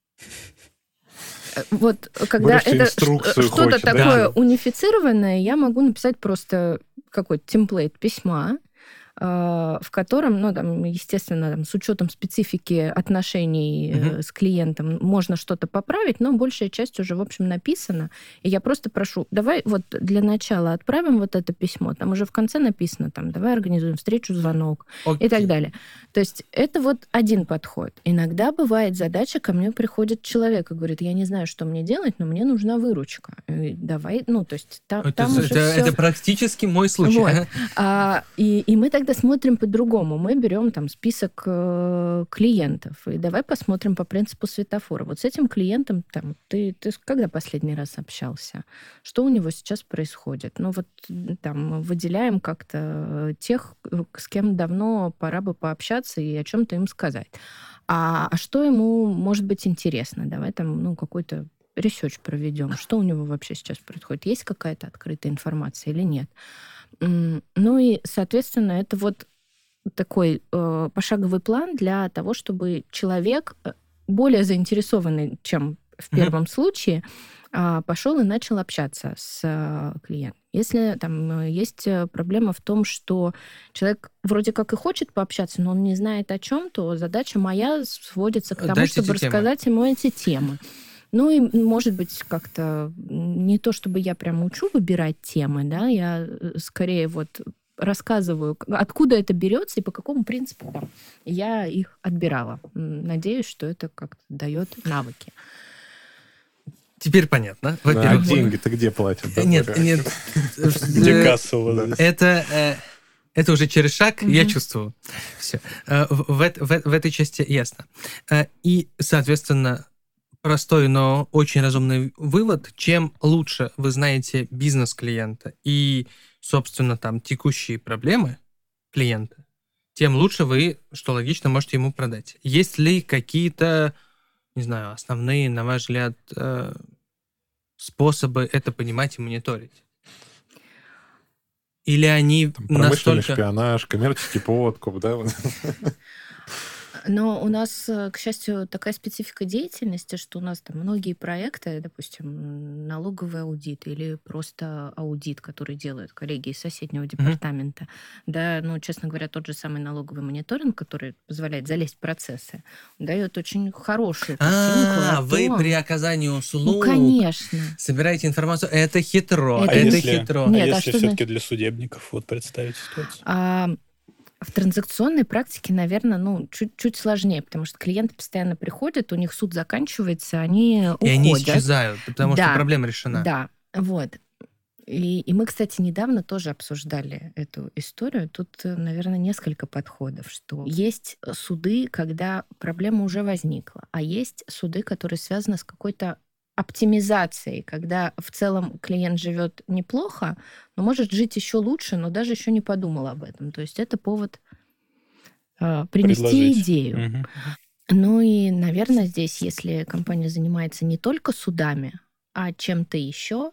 S4: Вот когда это что-то такое унифицированное, я могу написать просто какой-то темплейт письма, в котором, естественно, с учетом специфики отношений с клиентом можно что-то поправить, но большая часть уже, в общем, написана. И я просто прошу, давай вот для начала отправим вот это письмо, там уже в конце написано, давай организуем встречу, звонок и так далее. То есть это вот один подход. Иногда бывает задача, ко мне приходит человек и говорит: я не знаю, что мне делать, но мне нужна выручка. И давай, то есть там уже всё...
S3: Это практически мой случай.
S4: Вот. И мы тогда смотрим по-другому. Мы берем список клиентов, и давай посмотрим по принципу светофора. Вот с этим клиентом ты когда последний раз общался? Что у него сейчас происходит? Выделяем как-то тех, с кем давно пора бы пообщаться и о чем-то им сказать. А что ему может быть интересно? Давай какой-то ресерч проведем. Что у него вообще сейчас происходит? Есть какая-то открытая информация или нет? И, соответственно, это вот такой пошаговый план для того, чтобы человек, более заинтересованный, чем в первом случае, пошел и начал общаться с клиентом. Если есть проблема в том, что человек вроде как и хочет пообщаться, но он не знает о чем, то задача моя сводится к тому, чтобы рассказать ему эти темы. И, может быть, как-то не то, чтобы я прямо учу выбирать темы, да, я скорее рассказываю, откуда это берется и по какому принципу я их отбирала. Надеюсь, что это как-то дает навыки.
S3: Теперь понятно. Во-первых,
S1: деньги-то где платят? Да,
S3: нет.
S2: Где касса у вас?
S3: Это уже через шаг, я чувствую. Все. В этой части ясно. И, соответственно, простой, но очень разумный вывод: чем лучше вы знаете бизнес клиента и, собственно, текущие проблемы клиента, тем лучше вы, что логично, можете ему продать. Есть ли какие-то, не знаю, основные, на ваш взгляд, способы это понимать и мониторить? Или они
S1: промышленный
S3: настолько...
S1: шпионаж, коммерческий подкуп, да?
S4: Но у нас, к счастью, такая специфика деятельности, что у нас там многие проекты, допустим, налоговый аудит или просто аудит, который делают коллеги из соседнего департамента, да, ну, честно говоря, тот же самый налоговый мониторинг, который позволяет залезть в процессы, дает очень хорошую картинку.
S3: Вы при оказании услуг
S4: конечно.
S3: собираете информацию. Это хитро.
S2: Хитро.
S4: Нет,
S2: если все-таки для судебников, вот представить ситуацию?
S4: В транзакционной практике, наверное, чуть сложнее, потому что клиенты постоянно приходят, у них суд заканчивается, они уходят.
S3: И они исчезают, потому что проблема решена.
S4: Да, вот. И мы, кстати, недавно тоже обсуждали эту историю. Тут, наверное, несколько подходов, что есть суды, когда проблема уже возникла, а есть суды, которые связаны с какой-то оптимизацией, когда в целом клиент живет неплохо, но может жить еще лучше, но даже еще не подумал об этом. То есть это повод принести идею.
S2: Угу.
S4: Ну и, наверное, здесь, если компания занимается не только судами, а чем-то еще,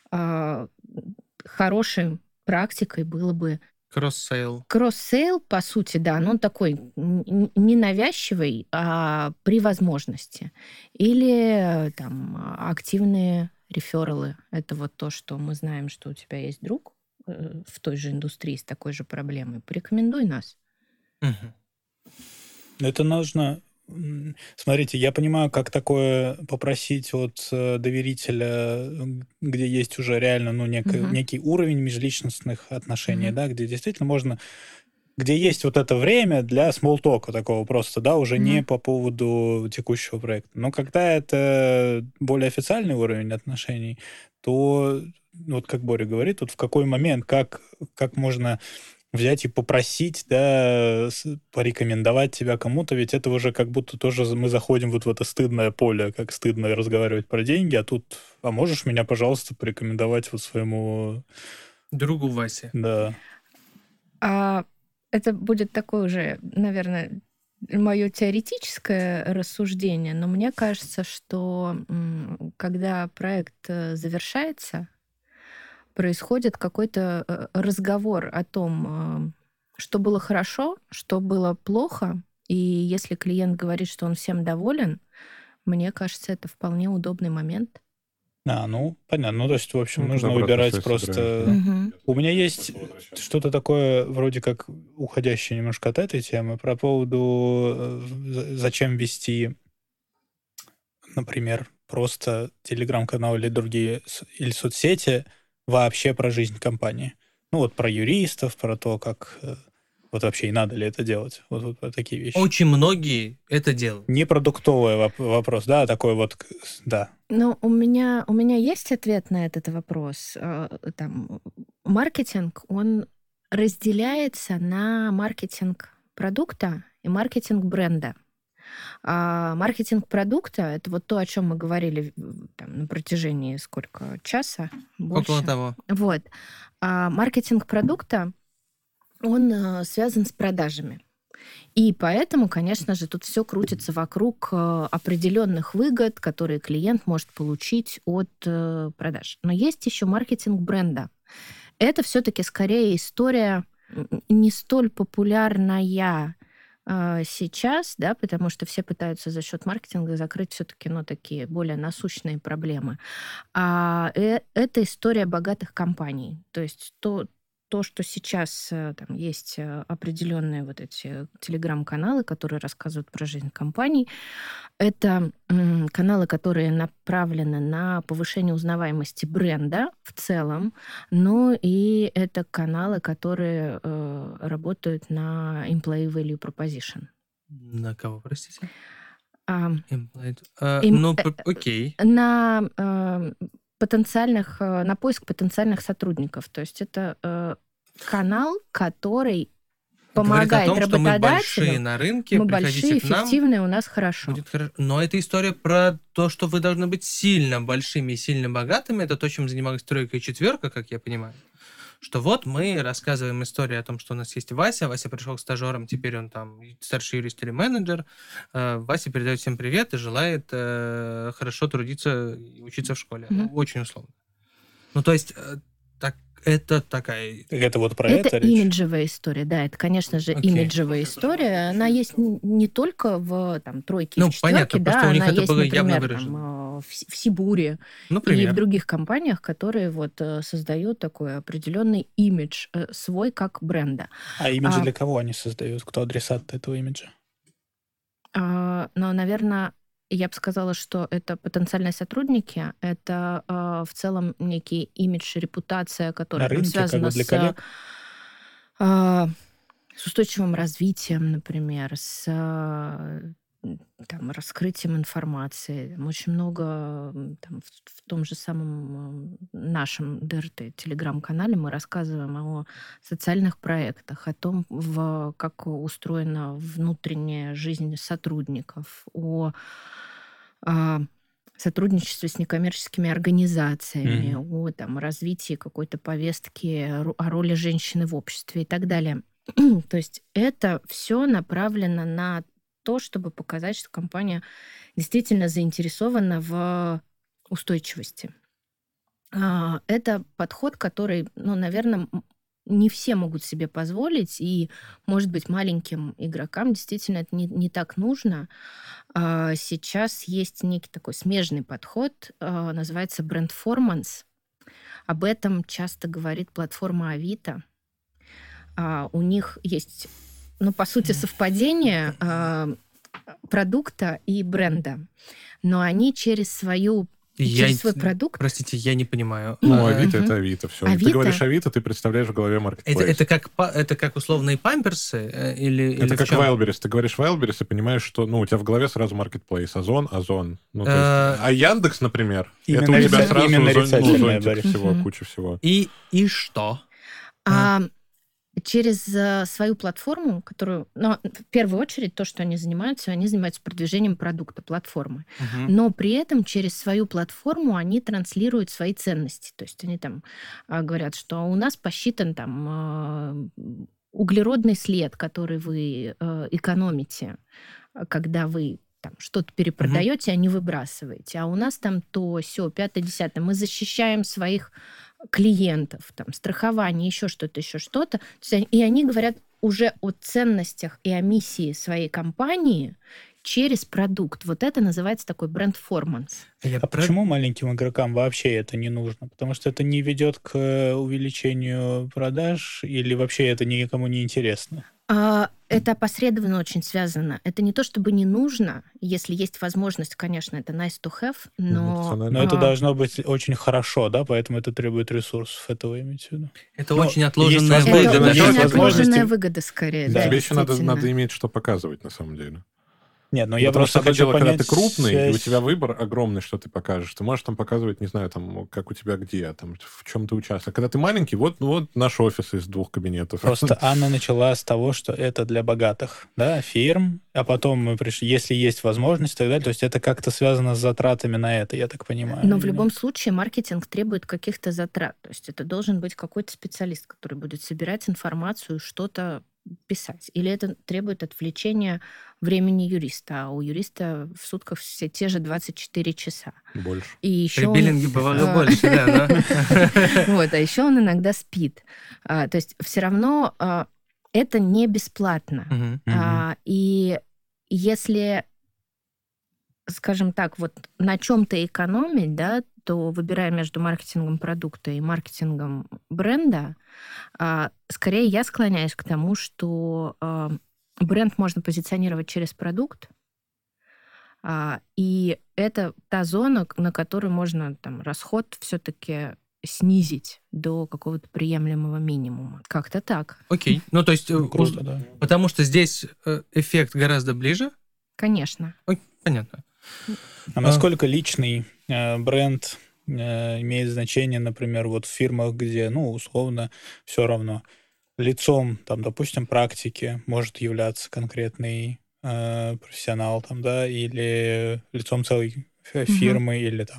S4: хорошей практикой было бы
S3: кросс-сейл.
S4: Кросс-сейл, по сути, да, но он такой ненавязчивый, а при возможности. Или там активные рефералы. Это вот то, что мы знаем, что у тебя есть друг в той же индустрии с такой же проблемой. Порекомендуй нас.
S2: Это нужно... Смотрите, я понимаю, как такое попросить от доверителя, где есть уже реально некий уровень межличностных отношений, да, где действительно можно, где есть вот это время для смолтока такого просто, да, уже не по поводу текущего проекта. Но когда это более официальный уровень отношений, то, вот как Боря говорит, вот в какой момент, как можно взять и попросить, да, порекомендовать тебя кому-то, ведь это уже как будто тоже мы заходим вот в это стыдное поле, как стыдно разговаривать про деньги, а тут, можешь меня, пожалуйста, порекомендовать вот своему...
S3: другу Васе.
S2: Да.
S4: Это будет такое уже, наверное, мое теоретическое рассуждение, но мне кажется, что когда проект завершается, происходит какой-то разговор о том, что было хорошо, что было плохо. И если клиент говорит, что он всем доволен, мне кажется, это вполне удобный момент.
S2: Понятно. То есть, в общем, нужно выбирать просто... У меня есть что-то такое, вроде как уходящее немножко от этой темы, про поводу, зачем вести, например, просто телеграм-канал или другие, или соцсети, вообще про жизнь компании. Вот про юристов, про то, как вот вообще и надо ли это делать. Вот такие вещи.
S3: Очень многие это делают.
S2: Не продуктовый вопрос, да, такой вот, да.
S4: Ну, у меня есть ответ на этот вопрос. Там, маркетинг, он разделяется на маркетинг продукта и маркетинг бренда. А маркетинг продукта — это вот то, о чем мы говорили там, на протяжении часа? Больше.
S3: Около того.
S4: Вот. А маркетинг продукта, он связан с продажами. И поэтому, конечно же, тут все крутится вокруг определенных выгод, которые клиент может получить от продаж. Но есть еще маркетинг бренда. Это все-таки скорее история не столь популярная сейчас, да, потому что все пытаются за счет маркетинга закрыть все-таки, такие более насущные проблемы. А это история богатых компаний. То есть то, что сейчас там есть определенные вот эти телеграм-каналы, которые рассказывают про жизнь компаний, это каналы, которые направлены на повышение узнаваемости бренда в целом, но и это каналы, которые работают на employee value proposition.
S3: На кого, простите?
S4: Окей. На поиск потенциальных сотрудников. То есть это канал, который помогает работодателям.
S3: Мы большие на рынке,
S4: мы большие, эффективные, у нас хорошо.
S3: Будет хорошо. Но это история про то, что вы должны быть сильно большими и сильно богатыми. Это то, чем занималась тройка и четверка, как я понимаю. что вот мы рассказываем историю о том, что у нас есть Вася пришел к стажерам, теперь он там старший юрист или менеджер, Вася передает всем привет и желает хорошо трудиться и учиться в школе. Очень условно. Ну, то есть, это такая...
S2: Это вот про
S4: это
S2: речь?
S4: имиджевая история, да, это, конечно же, имиджевая история. Она есть не только в тройке и в четверке, да, она есть, например, в Сибуре и в других компаниях, которые вот создают такой определенный имидж свой как бренда.
S2: А имидж для кого они создают? Кто адресат этого имиджа?
S4: Ну, наверное... Я бы сказала, что это потенциальные сотрудники, это в целом некий имидж, репутация, которая
S2: рынке,
S4: связана с устойчивым развитием, например, с раскрытием информации. Очень много в том же самом нашем ДРТ телеграм-канале мы рассказываем о социальных проектах, о том, как устроена внутренняя жизнь сотрудников, о сотрудничестве с некоммерческими организациями, о развитии какой-то повестки, о роли женщины в обществе и так далее. То есть это все направлено на то, чтобы показать, что компания действительно заинтересована в устойчивости. Это подход, который, наверное, не все могут себе позволить, и, может быть, маленьким игрокам действительно это не так нужно. Сейчас есть некий такой смежный подход, называется брендформанс. Об этом часто говорит платформа Авито. У них есть, по сути, совпадение продукта и бренда, но они через свой продукт...
S3: Простите, я не понимаю.
S1: Авито — это Авито, все. Ты говоришь Авито, ты представляешь в голове маркетплейс.
S3: Это как условные памперсы?
S1: Это как Wildberries. Ты говоришь Wildberries и понимаешь, что у тебя в голове сразу маркетплейс. Озон. А Яндекс, например, это у тебя сразу зонтик всего, куча всего.
S3: И что?
S4: Через свою платформу, которую... в первую очередь, то, что они занимаются продвижением продукта, платформы. Но при этом через свою платформу они транслируют свои ценности. То есть они говорят, что у нас посчитан углеродный след, который вы экономите, когда вы что-то перепродаете, а не выбрасываете. А у нас то, сё, 5-10. Мы защищаем своих клиентов, страхование, еще что-то. И они говорят уже о ценностях и о миссии своей компании через продукт. Вот это называется такой брендформанс.
S2: Почему маленьким игрокам вообще это не нужно? Потому что это не ведет к увеличению продаж или вообще это никому не интересно?
S4: Это опосредованно очень связано. Это не то, чтобы не нужно. Если есть возможность, конечно, это nice to have, но...
S2: Но это должно быть очень хорошо, да? Поэтому это требует ресурсов. Это вы имеете в виду?
S3: Это очень отложенная выгода.
S4: Это очень отложенная выгода, скорее.
S1: Да. Тебе еще надо иметь что показывать, на самом деле.
S2: Нет, я просто хочу понять...
S1: Когда ты крупный, и у тебя выбор огромный, что ты покажешь. Ты можешь показывать, не знаю, как у тебя где, в чем ты участвуешь. Когда ты маленький, вот наш офис из 2 кабинетов.
S2: Просто Анна начала с того, что это для богатых, да, фирм, а потом мы пришли, если есть возможность, и так далее, то есть это как-то связано с затратами на это, я так понимаю.
S4: Но в любом случае маркетинг требует каких-то затрат. То есть это должен быть какой-то специалист, который будет собирать информацию, что-то писать. Или это требует отвлечения времени юриста, а у юриста в сутках все те же 24 часа.
S1: Больше.
S4: И еще
S3: при биллинге бывало больше, да.
S4: Вот, а еще он иногда спит. То есть все равно это не бесплатно. И если, скажем так, вот на чем-то экономить, да, то, выбирая между маркетингом продукта и маркетингом бренда, скорее я склоняюсь к тому, что бренд можно позиционировать через продукт, и это та зона, на которую можно расход все-таки снизить до какого-то приемлемого минимума. Как-то так.
S3: Окей. То есть...
S2: Круто, да.
S3: Потому что здесь эффект гораздо ближе?
S4: Конечно.
S3: Понятно.
S2: А насколько личный бренд имеет значение, например, в фирмах, где, условно, все равно лицом, допустим, практики может являться конкретный профессионал, или лицом целой фирмы, или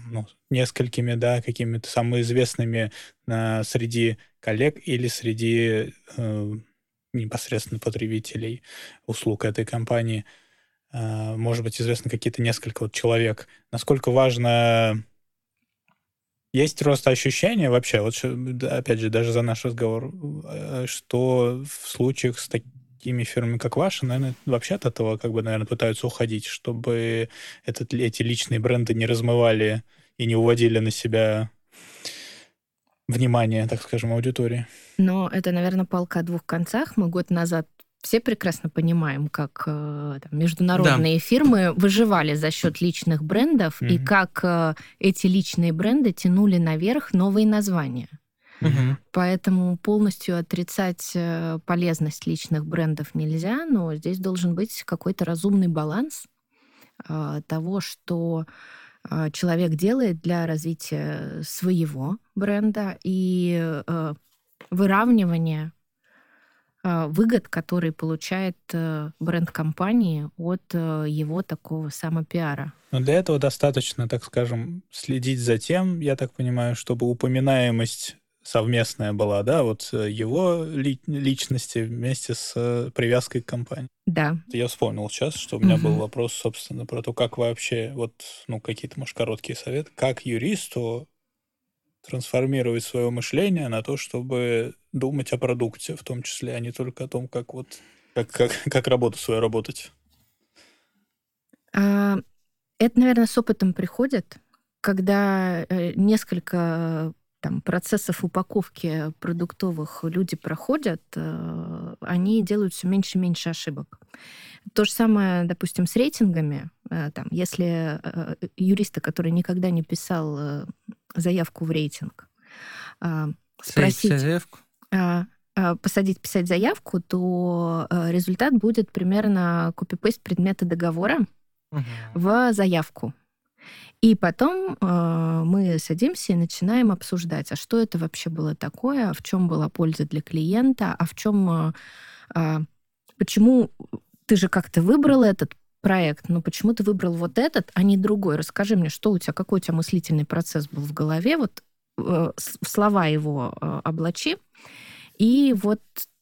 S2: несколькими, да, какими-то самыми известными среди коллег или среди непосредственно потребителей услуг этой компании. Может быть, известно какие-то несколько вот человек. Насколько важно... Есть просто ощущение вообще, вот опять же, даже за наш разговор, что в случаях с такими фирмами, как ваша, наверное, вообще от этого, наверное, пытаются уходить, чтобы эти личные бренды не размывали и не уводили на себя внимание, так скажем, аудитории.
S4: Но это, наверное, палка о двух концах. Мы год назад все прекрасно понимаем, как международные фирмы выживали за счет личных брендов, и как эти личные бренды тянули наверх новые названия. Поэтому полностью отрицать полезность личных брендов нельзя, но здесь должен быть какой-то разумный баланс того, что человек делает для развития своего бренда и выравнивания выгод, которые получает бренд компании от его такого самопиара.
S2: Но для этого достаточно, так скажем, следить за тем, я так понимаю, чтобы упоминаемость совместная была, да, вот его личности вместе с привязкой к компании.
S4: Да.
S2: Я вспомнил сейчас, что у меня был вопрос, собственно, про то, как вообще, какие-то, может, короткие советы, как юристу трансформировать свое мышление на то, чтобы думать о продукте, в том числе, а не только о том, как работу свою работать.
S4: Это, наверное, с опытом приходит, когда несколько процессов упаковки продуктовых люди проходят, они делают все меньше и меньше ошибок. То же самое, допустим, с рейтингами. Если юриста, который никогда не писал заявку в рейтинг, спросить, посадить писать заявку, то результат будет примерно копипейст предмета договора в заявку. И потом мы садимся и начинаем обсуждать, а что это вообще было такое, в чем была польза для клиента, а в чем... почему ты же как-то выбрал этот проект, но почему ты выбрал вот этот, а не другой? Расскажи мне, какой у тебя мыслительный процесс был в голове, в слова его облачи, и вот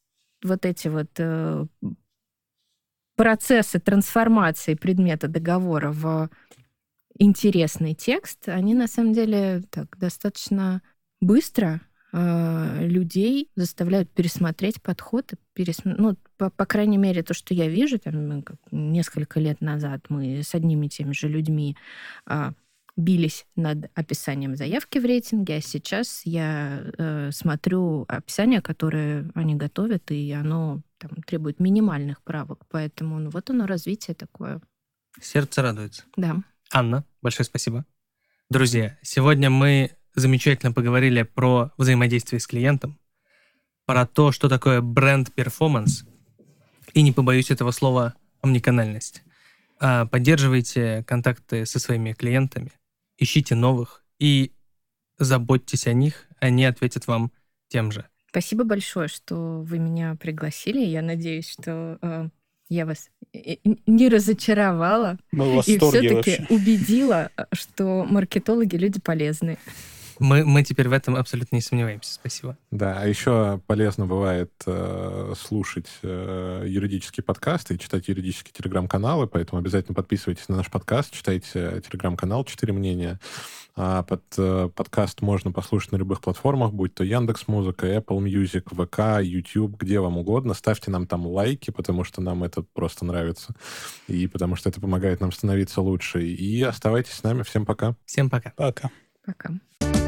S4: эти процессы трансформации предмета договора в интересный текст, они на самом деле достаточно быстро людей заставляют пересмотреть подход. По крайней мере, то, что я вижу, несколько лет назад мы с одними и теми же людьми бились над описанием заявки в рейтинге, а сейчас я смотрю описание, которое они готовят, и оно требует минимальных правок. Поэтому оно развитие такое.
S3: Сердце радуется.
S4: Да.
S3: Анна, большое спасибо. Друзья, сегодня мы замечательно поговорили про взаимодействие с клиентом, про то, что такое бренд-перформанс, и, не побоюсь этого слова, омниканальность. Поддерживайте контакты со своими клиентами, ищите новых и заботьтесь о них, они ответят вам тем же.
S4: Спасибо большое, что вы меня пригласили. Я надеюсь, что я вас не разочаровала и все-таки убедила, что маркетологи люди полезные.
S3: Мы теперь в этом абсолютно не сомневаемся. Спасибо.
S1: Да, а еще полезно бывает слушать юридические подкасты и читать юридические телеграм-каналы, поэтому обязательно подписывайтесь на наш подкаст, читайте телеграм-канал «4 мнения». Подкаст можно послушать на любых платформах, будь то Яндекс.Музыка, Apple Music, ВК, YouTube, где вам угодно. Ставьте нам там лайки, потому что нам это просто нравится, и потому что это помогает нам становиться лучше. И оставайтесь с нами. Всем пока.
S3: Всем пока.
S2: Пока.
S4: Пока.